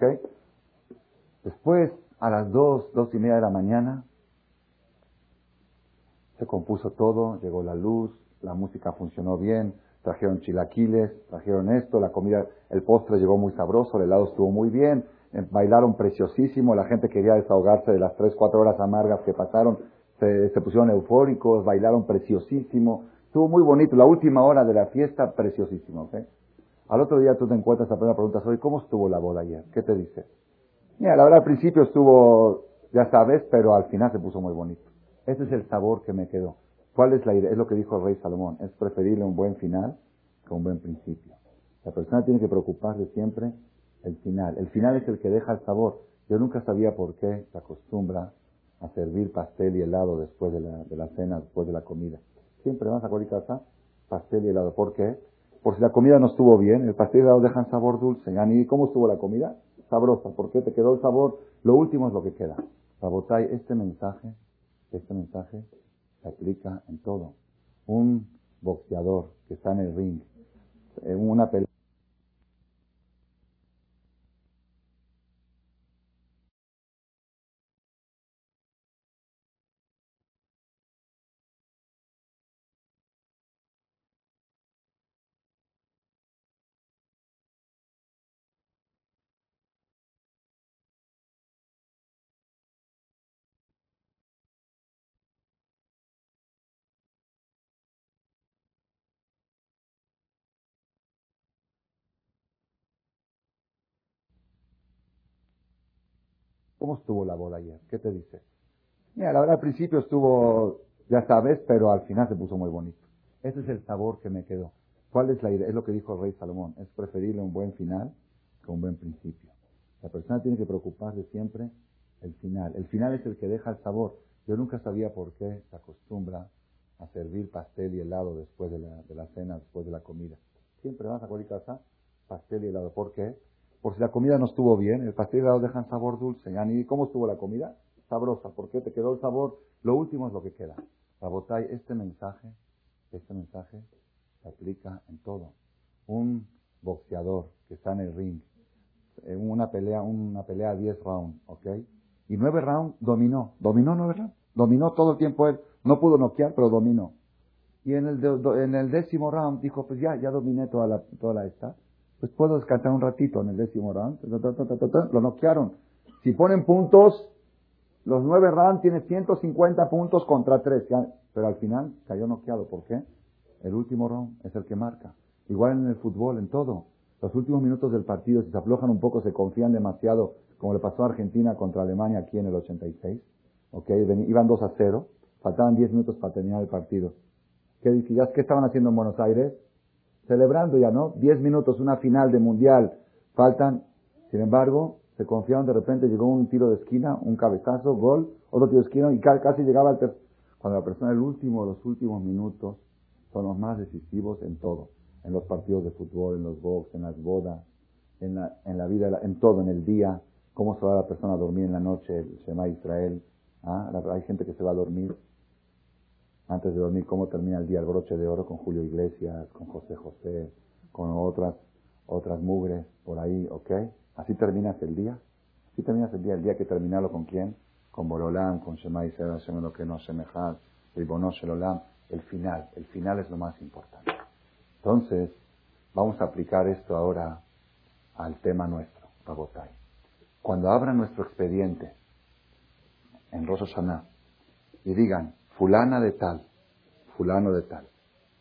Después, a las 2:30 de la mañana, se compuso todo, llegó la luz, la música funcionó bien, trajeron chilaquiles, trajeron esto, la comida, el postre llegó muy sabroso, el helado estuvo muy bien, bailaron preciosísimo, la gente quería desahogarse de las 3, 4 horas amargas que pasaron, se pusieron eufóricos, bailaron preciosísimo, estuvo muy bonito, la última hora de la fiesta, preciosísimo, ¿ok? Al otro día tú te encuentras, la primera pregunta, oye, ¿cómo estuvo la boda ayer? ¿Qué te dice? Mira, la verdad al principio estuvo, ya sabes, pero al final se puso muy bonito. Ese es el sabor que me quedó. ¿Cuál es la idea? Es lo que dijo el rey Salomón. Es preferible un buen final que un buen principio. La persona tiene que preocuparse siempre el final. El final es el que deja el sabor. Yo nunca sabía por qué se acostumbra a servir pastel y helado después de la cena, después de la comida. Siempre vas a cualquier casa, pastel y helado. ¿Por qué? Por si la comida no estuvo bien, el pastel y el helado dejan sabor dulce. ¿Y cómo estuvo la comida? Sabrosa. ¿Por qué? Te quedó el sabor. Lo último es lo que queda. Rabotay, este mensaje se aplica en todo. Un boxeador que está en el ring, en una pelea. ¿Cómo estuvo la boda ayer? ¿Qué te dice? Mira, la verdad al principio estuvo, ya sabes, pero al final se puso muy bonito. Ese es el sabor que me quedó. ¿Cuál es la idea? Es lo que dijo el rey Salomón. Es preferible un buen final que un buen principio. La persona tiene que preocuparse siempre el final. El final es el que deja el sabor. Yo nunca sabía por qué se acostumbra a servir pastel y helado después de la cena, después de la comida. Siempre vas a cualquier casa, pastel y helado. ¿Por qué? Por si la comida no estuvo bien, el pastel y el helado dejan sabor dulce. ¿Y cómo estuvo la comida? Sabrosa. ¿Por qué? Te quedó el sabor. Lo último es lo que queda. Rabotay, este mensaje se aplica en todo. Un boxeador que está en el ring, en una pelea 10 rounds, ¿ok? Y 9 rounds dominó 9 rounds, dominó todo el tiempo él, no pudo noquear, pero dominó. Y en el 10º round dijo, pues ya dominé toda la esta, pues puedo descansar un ratito en el 10º round, lo noquearon. Si ponen puntos, los 9 rounds tiene 150 puntos contra 3, pero al final cayó noqueado. ¿Por qué? El último round es el que marca. Igual en el fútbol, en todo. Los últimos minutos del partido, si se aflojan un poco, se confían demasiado, como le pasó a Argentina contra Alemania aquí en el 86. ¿Okay? Iban 2-0, faltaban 10 minutos para terminar el partido. ¿Qué decías? ¿Qué estaban haciendo en Buenos Aires? Celebrando ya, ¿no? 10 minutos, una final de mundial. Faltan, sin embargo, se confiaron, de repente llegó un tiro de esquina, un cabezazo, gol, otro tiro de esquina y casi llegaba al tercer. Cuando la persona, los últimos minutos son los más decisivos en todo. En los partidos de fútbol, en los box, en las bodas, en la vida, en todo, en el día. Cómo se va la persona a dormir en la noche, el Shema Israel. Hay gente que se va a dormir. Antes de dormir, cómo termina el día, el broche de oro con Julio Iglesias, con José José, con otras mugres por ahí, ¿ok? Así terminas el día. Así terminas el día que terminarlo con quién? Con Borolán, con Shema Israel, Hashem lo que no Shemejad, Ribono Shelolam. El final es lo más importante. Entonces, vamos a aplicar esto ahora al tema nuestro, Rabotay. Cuando abran nuestro expediente en Rosh Hashanah y digan, fulana de tal, fulano de tal.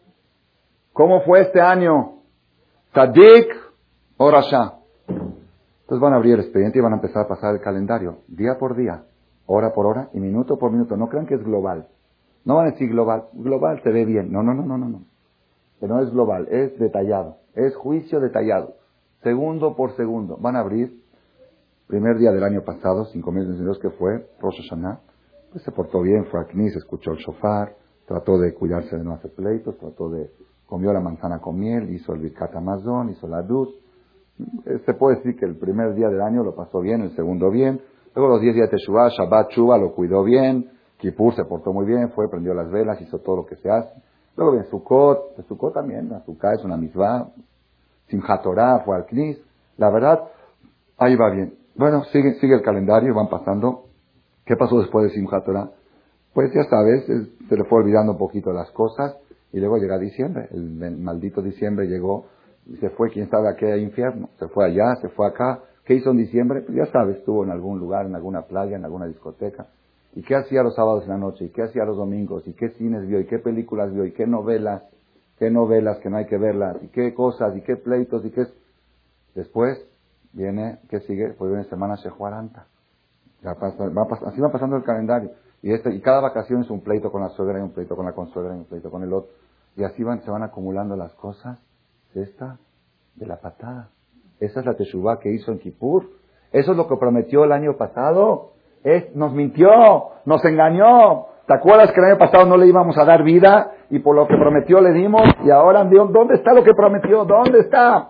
¿Cómo fue este año? Tzadik o Rasha. Entonces van a abrir el expediente y van a empezar a pasar el calendario, día por día, hora por hora y minuto por minuto. No crean que es global. No van a decir global. Global se ve bien. No. Que no es global, es detallado. Es juicio detallado. Segundo por segundo. Van a abrir, primer día del año pasado, 5.022 que fue, Rosh Hashanah. Pues se portó bien, fue a Knis, escuchó el shofar, trató de cuidarse de no hacer pleitos, comió la manzana con miel, hizo el Birkat Hamazon, hizo la Duz. Se puede decir que el primer día del año lo pasó bien, el segundo bien. Luego los 10 días de Teshuvah, Shabbat, Shuvah, lo cuidó bien. Kippur se portó muy bien, prendió las velas, hizo todo lo que se hace. Luego viene Sukkot, Sukkot también, la Sukkot es una mitzvah. Simchat Torah, fue al Knis. La verdad, ahí va bien. Bueno, sigue el calendario, van pasando. ¿Qué pasó después de Simchat Torah? Pues ya sabes, se le fue olvidando un poquito las cosas. Y luego llega diciembre, el maldito diciembre llegó y se fue, quién sabe a qué infierno. Se fue allá, se fue acá. ¿Qué hizo en diciembre? Pues ya sabes, estuvo en algún lugar, en alguna playa, en alguna discoteca. ¿Y qué hacía los sábados en la noche? ¿Y qué hacía los domingos? ¿Y qué cines vio? ¿Y qué películas vio? ¿Y qué novelas? ¿Qué novelas que no hay que verlas? ¿Y qué cosas? ¿Y qué pleitos? ¿Y qué? Después viene, ¿qué sigue? Pues viene semana Shehuaranta. Así va pasando el calendario. Y cada vacación es un pleito con la suegra y un pleito con la consuegra y un pleito con el otro. Y así se van acumulando las cosas de la patada. Esa es la teshuvá que hizo en Kippur. Eso es lo que prometió el año pasado. Nos mintió, nos engañó. ¿Te acuerdas que el año pasado no le íbamos a dar vida? Y por lo que prometió le dimos. Y ahora, ¿dónde está lo que prometió? ¿Dónde está?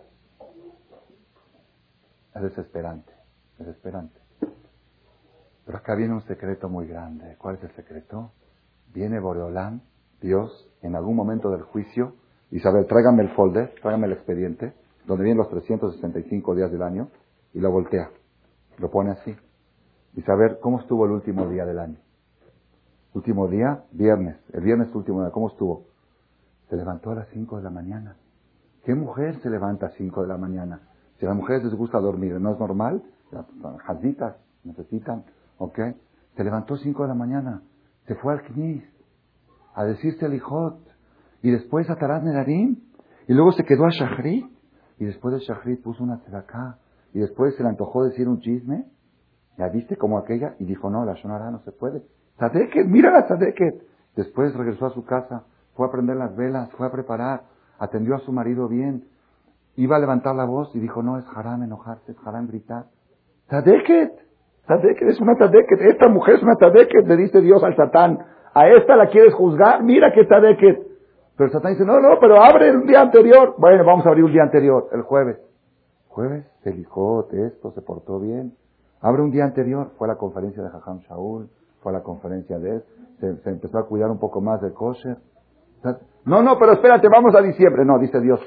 Es desesperante, desesperante. Pero acá viene un secreto muy grande. ¿Cuál es el secreto? Viene Boreolán, Dios, en algún momento del juicio, y sabe, tráigame el folder, tráigame el expediente, donde vienen los 365 días del año, y lo voltea. Lo pone así. Y saber cómo estuvo el último día del año. Último día, viernes. El viernes último día, ¿cómo estuvo? Se levantó a las 5 de la mañana. ¿Qué mujer se levanta a 5 de la mañana? Si a las mujeres les gusta dormir, ¿no es normal? Las jazitas necesitan, ¿ok? Se levantó a 5 de la mañana. Se fue al Knis a decirse el Ijot. Y después a Tarat Nerarim. Y luego se quedó a Shachrit. Y después de Shachrit puso una tzedakah. Y después se le antojó decir un chisme. ¿Ya viste como aquella? Y dijo, no, la Shonara no se puede. Tzadeket, mira la Tzadeket. Después regresó a su casa, fue a prender las velas, fue a preparar, atendió a su marido bien. Iba a levantar la voz y dijo, no, es haram enojarse, es haram gritar. Tzadeket, Tzadeket es una Tzadeket. Esta mujer es una Tzadeket, le dice Dios al Satán. A esta la quieres juzgar, mira que Tzadeket. Pero el Satán dice, no, pero abre un día anterior. Bueno, vamos a abrir un día anterior, el jueves. Jueves, se elijó, esto, se portó bien. Abre un día anterior, fue a la conferencia de Jajam Shaul, fue a la conferencia de él, se empezó a cuidar un poco más del kosher. No, pero espérate, vamos a diciembre. No, dice Dios,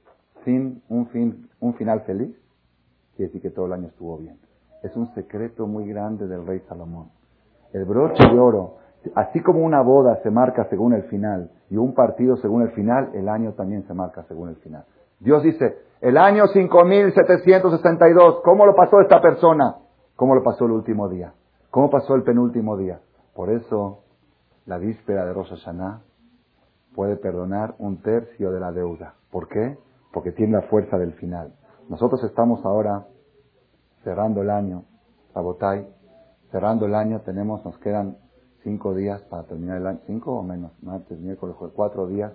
un final feliz, quiere decir que todo el año estuvo bien. Es un secreto muy grande del rey Salomón. El broche de oro, así como una boda se marca según el final, y un partido según el final, el año también se marca según el final. Dios dice, el año 5762, ¿cómo lo pasó esta persona? ¿Cómo lo pasó el último día? ¿Cómo pasó el penúltimo día? Por eso, la víspera de Rosh Hashanah puede perdonar un tercio de la deuda. ¿Por qué? Porque tiene la fuerza del final. Nosotros estamos ahora cerrando el año, Sabotay, cerrando el año, nos quedan 5 días para terminar el año, 5 o menos, martes, miércoles, jueves, 4 días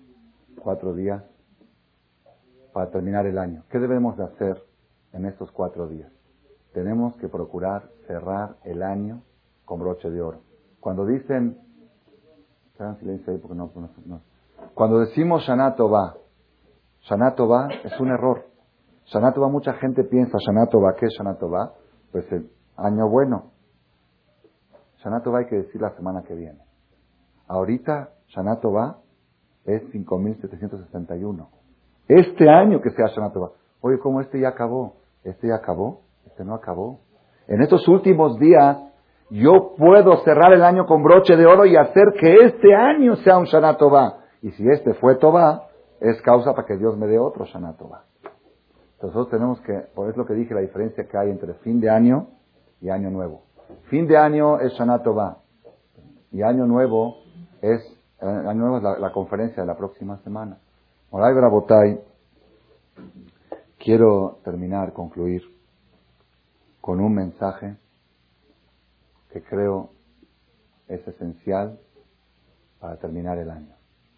para terminar el año. ¿Qué debemos de hacer en estos 4 días? Tenemos que procurar cerrar el año con broche de oro. Cuando dicen, hagan silencio ahí porque no. Cuando decimos Shana Tová es un error. Shana Tová, mucha gente piensa Shana Tová, ¿qué es Shana Tová? Pues el año bueno. Shana Tová hay que decir la semana que viene. Ahorita Shana Tová es 5761. Este año que sea Shana Tová. Oye, ¿cómo este ya acabó? Este ya acabó, este no acabó. En estos últimos días yo puedo cerrar el año con broche de oro y hacer que este año sea un Shana Tová. Y si este fue Tová, es causa para que Dios me dé otro Shana Tová. Entonces nosotros tenemos que, por eso lo que dije, la diferencia que hay entre fin de año y año nuevo. Fin de año es Shana Tová. Y año nuevo es la conferencia de la próxima semana. Moray Brabotay, quiero concluir con un mensaje que creo es esencial para terminar el año.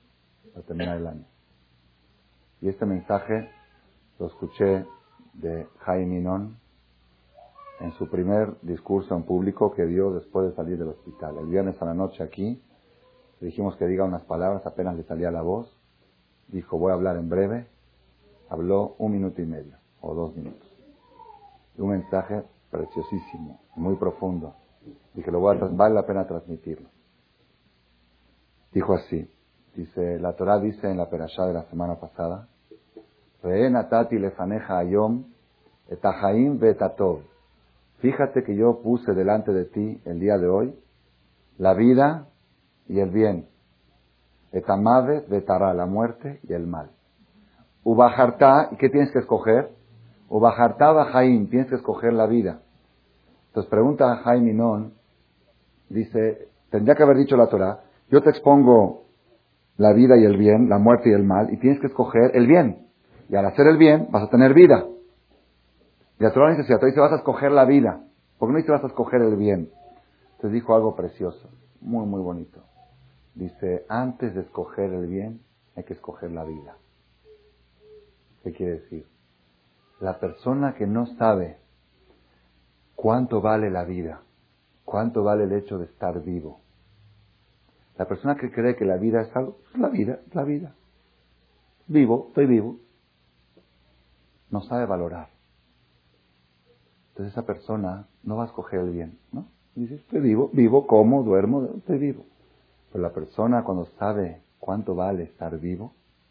Y este mensaje lo escuché de Jaime Inón en su primer discurso en público que dio después de salir del hospital. El viernes a la noche aquí, le dijimos que diga unas palabras, apenas le salía la voz. Dijo, voy a hablar en breve. Habló 1 minuto y medio, o 2 minutos. Y un mensaje preciosísimo, muy profundo. Dije, vale la pena transmitirlo. Dijo así, la Torah dice en la perashá de la semana pasada, Re'e natati lefaneja ayom et hachaim ve'et hatov. Fíjate que yo puse delante de ti el día de hoy la vida y el bien. Etamavet, vetará, la muerte y el mal. Ubajartá, ¿y qué tienes que escoger? Ubajartá bajaim, tienes que escoger la vida. Entonces pregunta a Jaime Inón, dice, tendría que haber dicho la Torah, yo te expongo la vida y el bien, la muerte y el mal, y tienes que escoger el bien. Y al hacer el bien, vas a tener vida. Y la Torah dice, si la Torah dice, vas a escoger la vida, ¿por qué no dice vas a escoger el bien? Entonces dijo algo precioso, muy, muy bonito. Dice, antes de escoger el bien, hay que escoger la vida. ¿Qué quiere decir? La persona que no sabe cuánto vale la vida, cuánto vale el hecho de estar vivo. La persona que cree que la vida es algo, es la vida, es la vida. Vivo, estoy vivo. No sabe valorar. Entonces esa persona no va a escoger el bien, ¿no? Dice, estoy vivo, vivo, como, duermo, estoy vivo. Pero la persona cuando sabe cuánto vale estar vivo,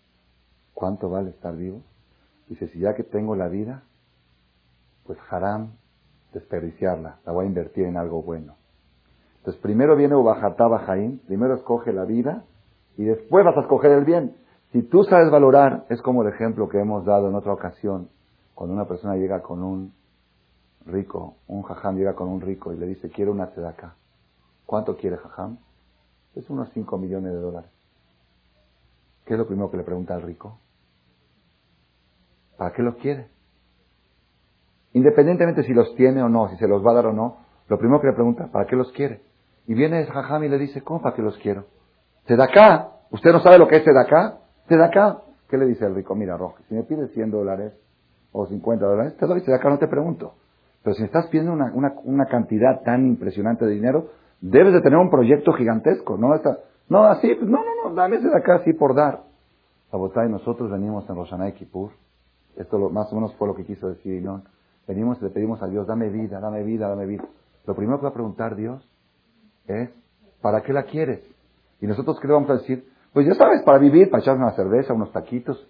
dice, si ya que tengo la vida, pues haram desperdiciarla, la voy a invertir en algo bueno. Entonces primero viene Ubajatá Bajaim, primero escoge la vida y después vas a escoger el bien. Si tú sabes valorar, es como el ejemplo que hemos dado en otra ocasión, cuando una persona llega con un rico, un jajam llega con un rico y le dice, quiero una tzedakah. ¿Cuánto quiere jajam? Es unos 5 millones de dólares. ¿Qué es lo primero que le pregunta al rico? ¿Para qué los quiere? Independientemente si los tiene o no, si se los va a dar o no, lo primero que le pregunta, ¿para qué los quiere? Y viene el jajam y le dice, ¿cómo para qué los quiero? Tzedakah. ¿Usted no sabe lo que es tzedakah? Tzedakah. ¿Qué le dice el rico? Mira, Roja, si me pides 100 dólares o 50 dólares, te doy tzedakah, no te pregunto. Pero si me estás pidiendo una cantidad tan impresionante de dinero, debes de tener un proyecto gigantesco, ¿no? Así, dame tzedakah así por dar. Sabotay, nosotros venimos en Rosh Hashanah y Kippur, esto más o menos fue lo que quiso decir Inón. Venimos y le pedimos a Dios, dame vida, dame vida, dame vida. Lo primero que va a preguntar Dios es, ¿para qué la quieres? Y nosotros, ¿qué le vamos a decir? Pues ya sabes, para vivir, para echar una cerveza, unos taquitos.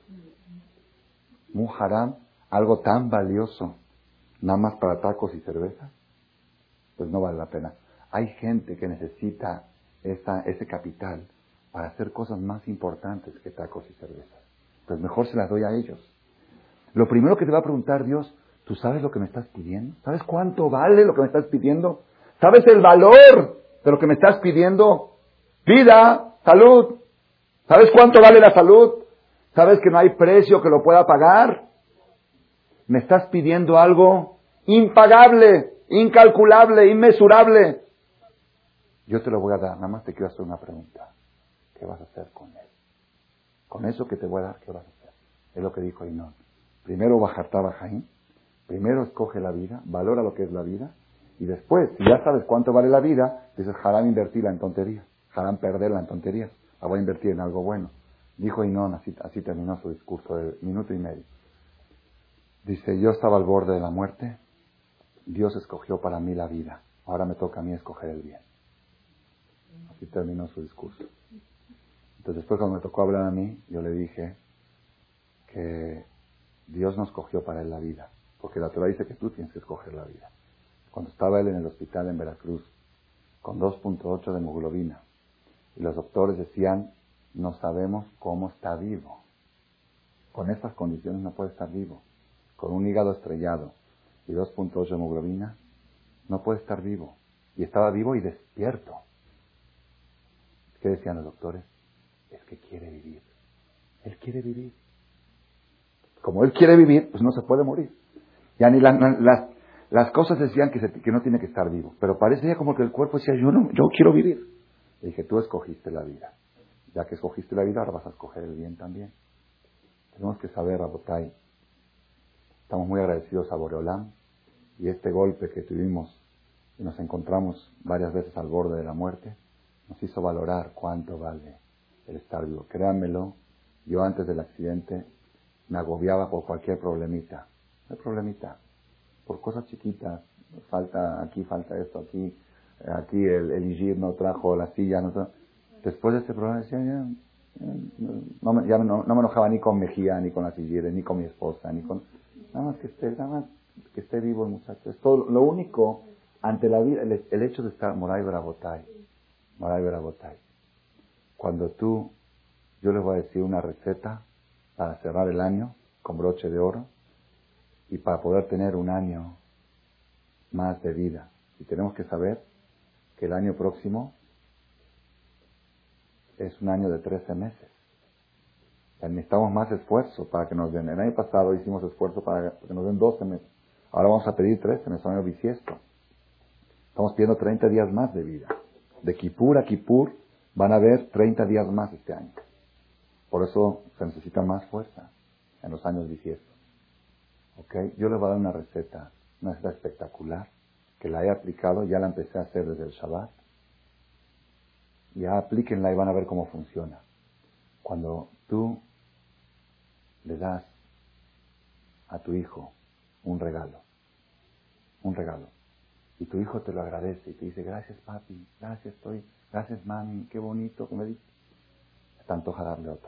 Un haram, algo tan valioso, nada más para tacos y cerveza, pues no vale la pena. Hay gente que necesita ese capital para hacer cosas más importantes que tacos y cervezas. Pues mejor se las doy a ellos. Lo primero que te va a preguntar Dios, ¿tú sabes lo que me estás pidiendo? ¿Sabes cuánto vale lo que me estás pidiendo? ¿Sabes el valor de lo que me estás pidiendo? Vida, salud. ¿Sabes cuánto vale la salud? ¿Sabes que no hay precio que lo pueda pagar? Me estás pidiendo algo impagable, incalculable, inmesurable. Yo te lo voy a dar, nada más te quiero hacer una pregunta. ¿Qué vas a hacer con él? Con eso que te voy a dar, ¿qué vas a hacer? Es lo que dijo Inón. Primero Bajartá Bajaim, primero escoge la vida, valora lo que es la vida, y después, si ya sabes cuánto vale la vida, dices, haram invertirla en tonterías, haram perderla en tonterías, la voy a invertir en algo bueno. Dijo Inón, así terminó su discurso de 1.5 minutos. Dice, yo estaba al borde de la muerte, Dios escogió para mí la vida, ahora me toca a mí escoger el bien. Así terminó su discurso. Entonces después cuando me tocó hablar a mí, yo le dije que Dios nos escogió para él la vida, porque la Torah dice que tú tienes que escoger la vida. Cuando estaba él en el hospital en Veracruz, con 2.8 de hemoglobina, y los doctores decían, no sabemos cómo está vivo. Con estas condiciones no puede estar vivo. Con un hígado estrellado y 2.8 de hemoglobina, no puede estar vivo. Y estaba vivo y despierto. ¿Qué decían los doctores? Es que quiere vivir. Él quiere vivir. Como él quiere vivir, pues no se puede morir. Ya ni las cosas decían que no tiene que estar vivo. Pero parecía como que el cuerpo decía, yo quiero vivir. Le dije, tú escogiste la vida. Ya que escogiste la vida, ahora vas a escoger el bien también. Tenemos que saber, Rabotay, estamos muy agradecidos a Boreolam, y este golpe que tuvimos y nos encontramos varias veces al borde de la muerte, nos hizo valorar cuánto vale el estar vivo. Créanmelo, yo antes del accidente me agobiaba por cualquier problemita. No hay problemita, por cosas chiquitas. Falta esto, aquí el Igir no trajo la silla. Después de este problema decía, no me enojaba ni con Mejía, ni con las Igires, ni con mi esposa, nada más que esté vivo el muchacho. Es todo lo único ante la vida, el hecho de estar Moray Barabotay. Cuando tú Yo les voy a decir una receta para cerrar el año con broche de oro y para poder tener un año más de vida. Y tenemos que saber que el año próximo es un año de 13 meses. Necesitamos más esfuerzo para que nos den. El año pasado hicimos esfuerzo para que nos den 12 meses. Ahora vamos a pedir 13 meses, un año bisiesto. Estamos pidiendo 30 días más de vida. De Kipur a Kipur van a haber 30 días más este año. Por eso se necesita más fuerza en los años bisiestos. ¿Ok? Yo les voy a dar una receta espectacular, que la he aplicado, ya la empecé a hacer desde el Shabbat. Ya aplíquenla y van a ver cómo funciona. Cuando tú le das a tu hijo un regalo, y tu hijo te lo agradece y te dice, gracias papi, gracias mami, qué bonito que me diste, te antoja darle otro.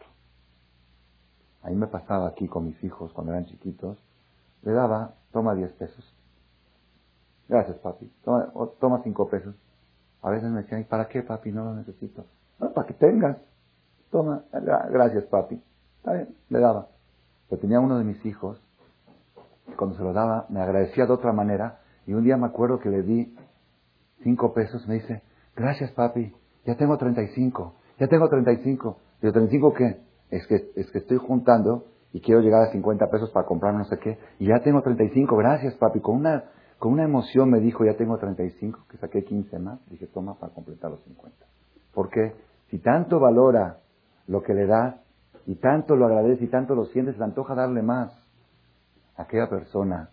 A mí me pasaba aquí con mis hijos cuando eran chiquitos, le daba, toma 10 pesos, gracias papi, toma 5 pesos. A veces me decían, ¿y para qué papi? No lo necesito. No, para que tengas, toma, gracias papi. Está bien, le daba. Pero tenía uno de mis hijos, cuando se lo daba, me agradecía de otra manera, y un día me acuerdo que le di 5 pesos, me dice, gracias papi, ya tengo 35. Digo, ¿35 qué? Es que estoy juntando y quiero llegar a 50 pesos para comprar no sé qué, y ya tengo 35, gracias papi. Con una emoción me dijo, ya tengo 35, que saqué 15 más, dije, toma para completar los 50. Porque si tanto valora lo que le das, y tanto lo agradece, y tanto lo siente, se le antoja darle más. Aquella persona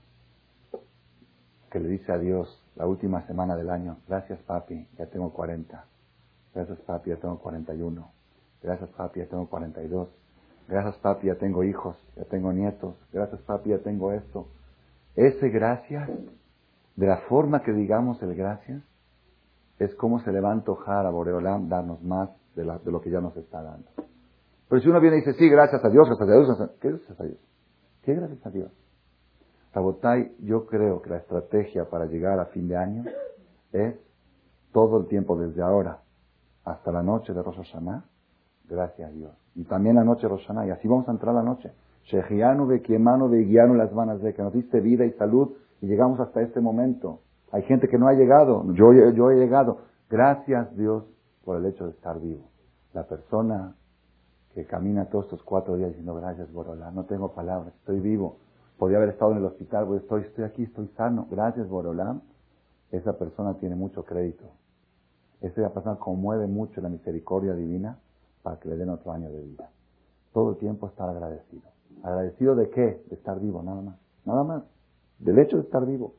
que le dice a Dios la última semana del año, gracias papi, ya tengo 40, gracias papi, ya tengo 41, gracias papi, ya tengo 42, gracias papi, ya tengo hijos, ya tengo nietos, gracias papi, ya tengo esto. Ese gracias, de la forma que digamos el gracias, es como se le va a antojar a Boreolam darnos más de lo que ya nos está dando. Pero si uno viene y dice, sí, gracias a Dios, ¿qué gracias a Dios? ¿Qué gracias a Dios? Rabotai, yo creo que la estrategia para llegar a fin de año es todo el tiempo, desde ahora hasta la noche de Rosh Hashanah, gracias a Dios. Y también la noche de Rosh Hashanah, y así vamos a entrar la noche. Shehianu bekiemanu beguianu las manos de que nos diste vida y salud, y llegamos hasta este momento. Hay gente que no ha llegado, yo he llegado. Gracias Dios por el hecho de estar vivo. La persona que camina todos estos 4 días diciendo, gracias Borolá, no tengo palabras, estoy vivo. Podría haber estado en el hospital, estoy aquí, estoy sano. Gracias, Borolán. Esa persona tiene mucho crédito. Esa persona conmueve mucho la misericordia divina para que le den otro año de vida. Todo el tiempo estar agradecido. ¿Agradecido de qué? De estar vivo, nada más. Nada más. Del hecho de estar vivo.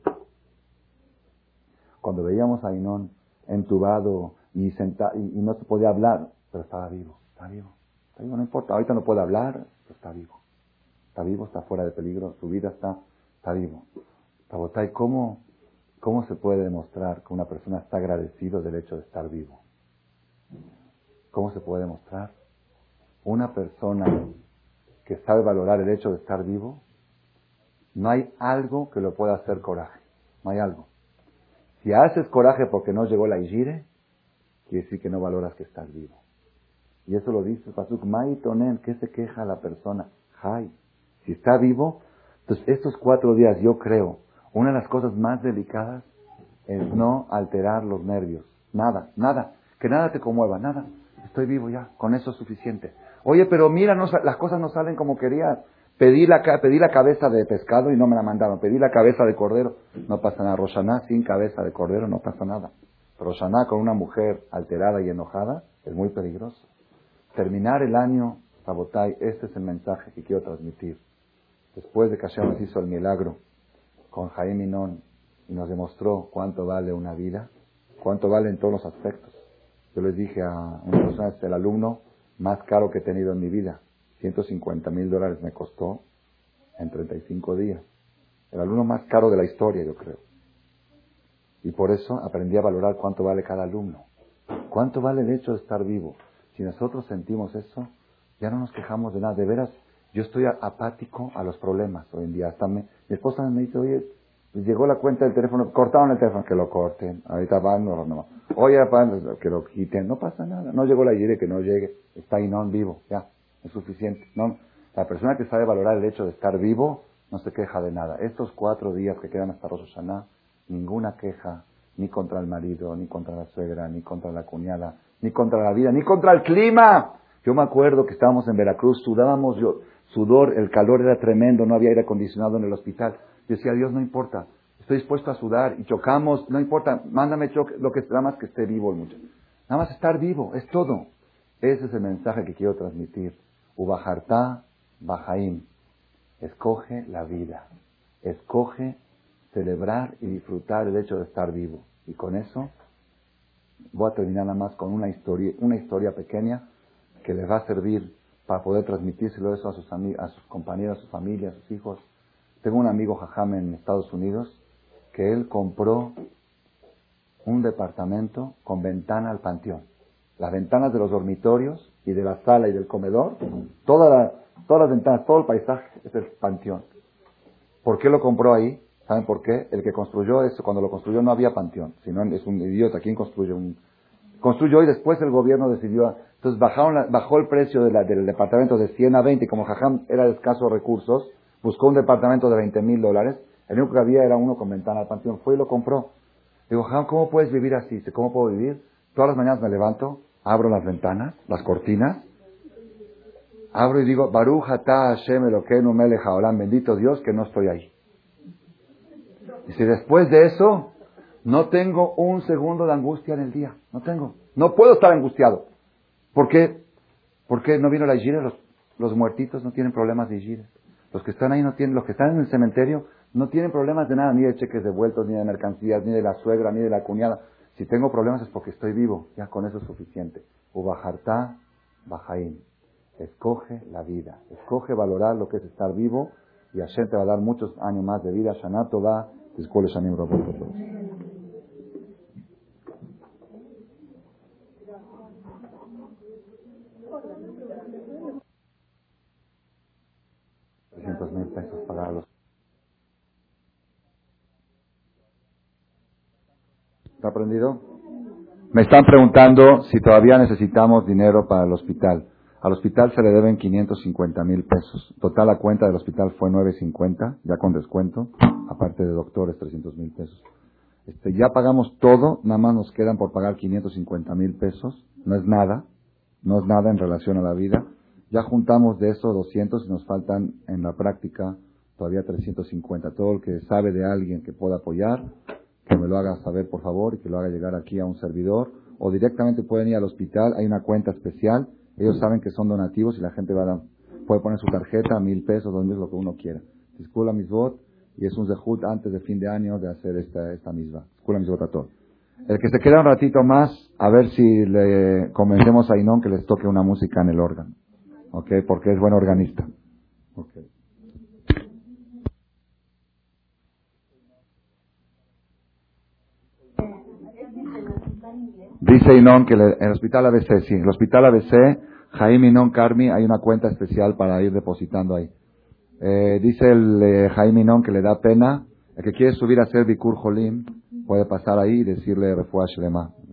Cuando veíamos a Ainón entubado y no se podía hablar, pero estaba vivo. Está vivo, no importa. Ahorita no puede hablar, pero está vivo. Está vivo, está fuera de peligro, su vida está vivo. Rabotai, ¿cómo se puede demostrar que una persona está agradecido del hecho de estar vivo? ¿Cómo se puede demostrar? Una persona que sabe valorar el hecho de estar vivo, no hay algo que lo pueda hacer coraje. No hay algo. Si haces coraje porque no llegó la Ijire, quiere decir que no valoras que estás vivo. Y eso lo dice el Pasuk, Mai Tonen, ¿qué se queja la persona? Jai. Si está vivo, entonces estos 4 días yo creo, una de las cosas más delicadas es no alterar los nervios. Nada, que nada te conmueva, nada. Estoy vivo ya, con eso es suficiente. Oye, pero mira, las cosas no salen como querías. Pedí la cabeza de pescado y no me la mandaron. Pedí la cabeza de cordero, no pasa nada. Rosh Hashanah sin cabeza de cordero no pasa nada. Rosh Hashanah con una mujer alterada y enojada es muy peligroso. Terminar el año, Rabotai, este es el mensaje que quiero transmitir. Después de que Hashem nos hizo el milagro con Jaim Inón y nos demostró cuánto vale una vida, cuánto vale en todos los aspectos. Yo les dije a una persona, es el alumno más caro que he tenido en mi vida. $150,000 me costó en 35 días. El alumno más caro de la historia, yo creo. Y por eso aprendí a valorar cuánto vale cada alumno. Cuánto vale el hecho de estar vivo. Si nosotros sentimos eso, ya no nos quejamos de nada. De veras, yo estoy apático a los problemas hoy en día. Hasta mi esposa me dice, oye, llegó la cuenta del teléfono, cortaron el teléfono, que lo corten. Ahorita van, no. Oye, que lo quiten, no pasa nada. No llegó la Ijire, que no llegue. Está Inón vivo, ya. es suficiente. No, la persona que sabe valorar el hecho de estar vivo no se queja de nada. Estos 4 días que quedan hasta Rosh Hashanah, ninguna queja, ni contra el marido, ni contra la suegra, ni contra la cuñada, ni contra la vida, ni contra el clima. Yo me acuerdo que estábamos en Veracruz, sudábamos, sudor, el calor era tremendo, no había aire acondicionado en el hospital. Yo decía, Dios, no importa, estoy dispuesto a sudar, y chocamos, no importa, mándame choque, lo que nada más que esté vivo el muchacho. Nada más estar vivo, es todo. Ese es el mensaje que quiero transmitir. Ubajartá, Bajaim. Escoge la vida. Escoge celebrar y disfrutar el hecho de estar vivo. Y con eso voy a terminar nada más con una historia pequeña que les va a servir para poder transmitírselo eso a sus compañeros, a su familia, a sus hijos. Tengo un amigo jajam en Estados Unidos que él compró un departamento con ventana al panteón. Las ventanas de los dormitorios y de la sala y del comedor, todas las ventanas, todo el paisaje es el panteón. ¿Por qué lo compró ahí? ¿Saben por qué? El que construyó eso, cuando lo construyó no había panteón, sino es un idiota. ¿Quién construyó? Construyó y después el gobierno decidió. Entonces bajó el precio del departamento de 100 a 20, como Jajam era de escasos recursos, buscó un departamento de $20,000, el único que había era uno con ventana al panteón, fue y lo compró. Digo, Jajam, ¿cómo puedes vivir así? ¿Cómo puedo vivir? Todas las mañanas me levanto, abro las ventanas, las cortinas, abro y digo, Baruch atah Hashem Elokeinu melech haolam, bendito Dios que no estoy ahí. Y si después de eso, no tengo un segundo de angustia en el día. No tengo. No puedo estar angustiado. ¿Por qué? Porque no vino la Ijire. Los muertitos no tienen problemas de Ijire. Los que están ahí no tienen, los que están en el cementerio no tienen problemas de nada, ni de cheques devueltos, ni de mercancías, ni de la suegra, ni de la cuñada. Si tengo problemas es porque estoy vivo. Ya con eso es suficiente. Ubajartá, Bajaim. Escoge la vida. Escoge valorar lo que es estar vivo. Y Hashem te va a dar muchos años más de vida. Shana Tova. Disculpe, Shanim Rabot. 300,000 pesos para los... ¿Está aprendido? Me están preguntando si todavía necesitamos dinero para el hospital. Al hospital se le deben 550,000 pesos. Total, la cuenta del hospital fue 950, ya con descuento. Aparte de doctores, 300,000 pesos. Ya pagamos todo, nada más nos quedan por pagar 550,000 pesos. No es nada en relación a la vida. Ya juntamos de eso 200 y nos faltan en la práctica todavía 350. Todo el que sabe de alguien que pueda apoyar, que me lo haga saber por favor y que lo haga llegar aquí a un servidor. O directamente pueden ir al hospital, hay una cuenta especial. Ellos saben que son donativos y la gente puede poner su tarjeta, 1,000 pesos, 2,000, lo que uno quiera. Disculpa mis votos. Y es un zehut antes de fin de año de hacer esta misma. Escuela mis a todos. El que se queda un ratito más, a ver si le convencemos a Inón que les toque una música en el órgano. ¿Ok? Porque es buen organista. ¿Ok? Dice Inón que el hospital ABC, sí, el hospital ABC, Jaime Inón Carmi, hay una cuenta especial para ir depositando ahí. Dice el Jaime Inón que le da pena. El que quiere subir a hacer Bikur Jolim puede pasar ahí y decirle Refuah Shlema.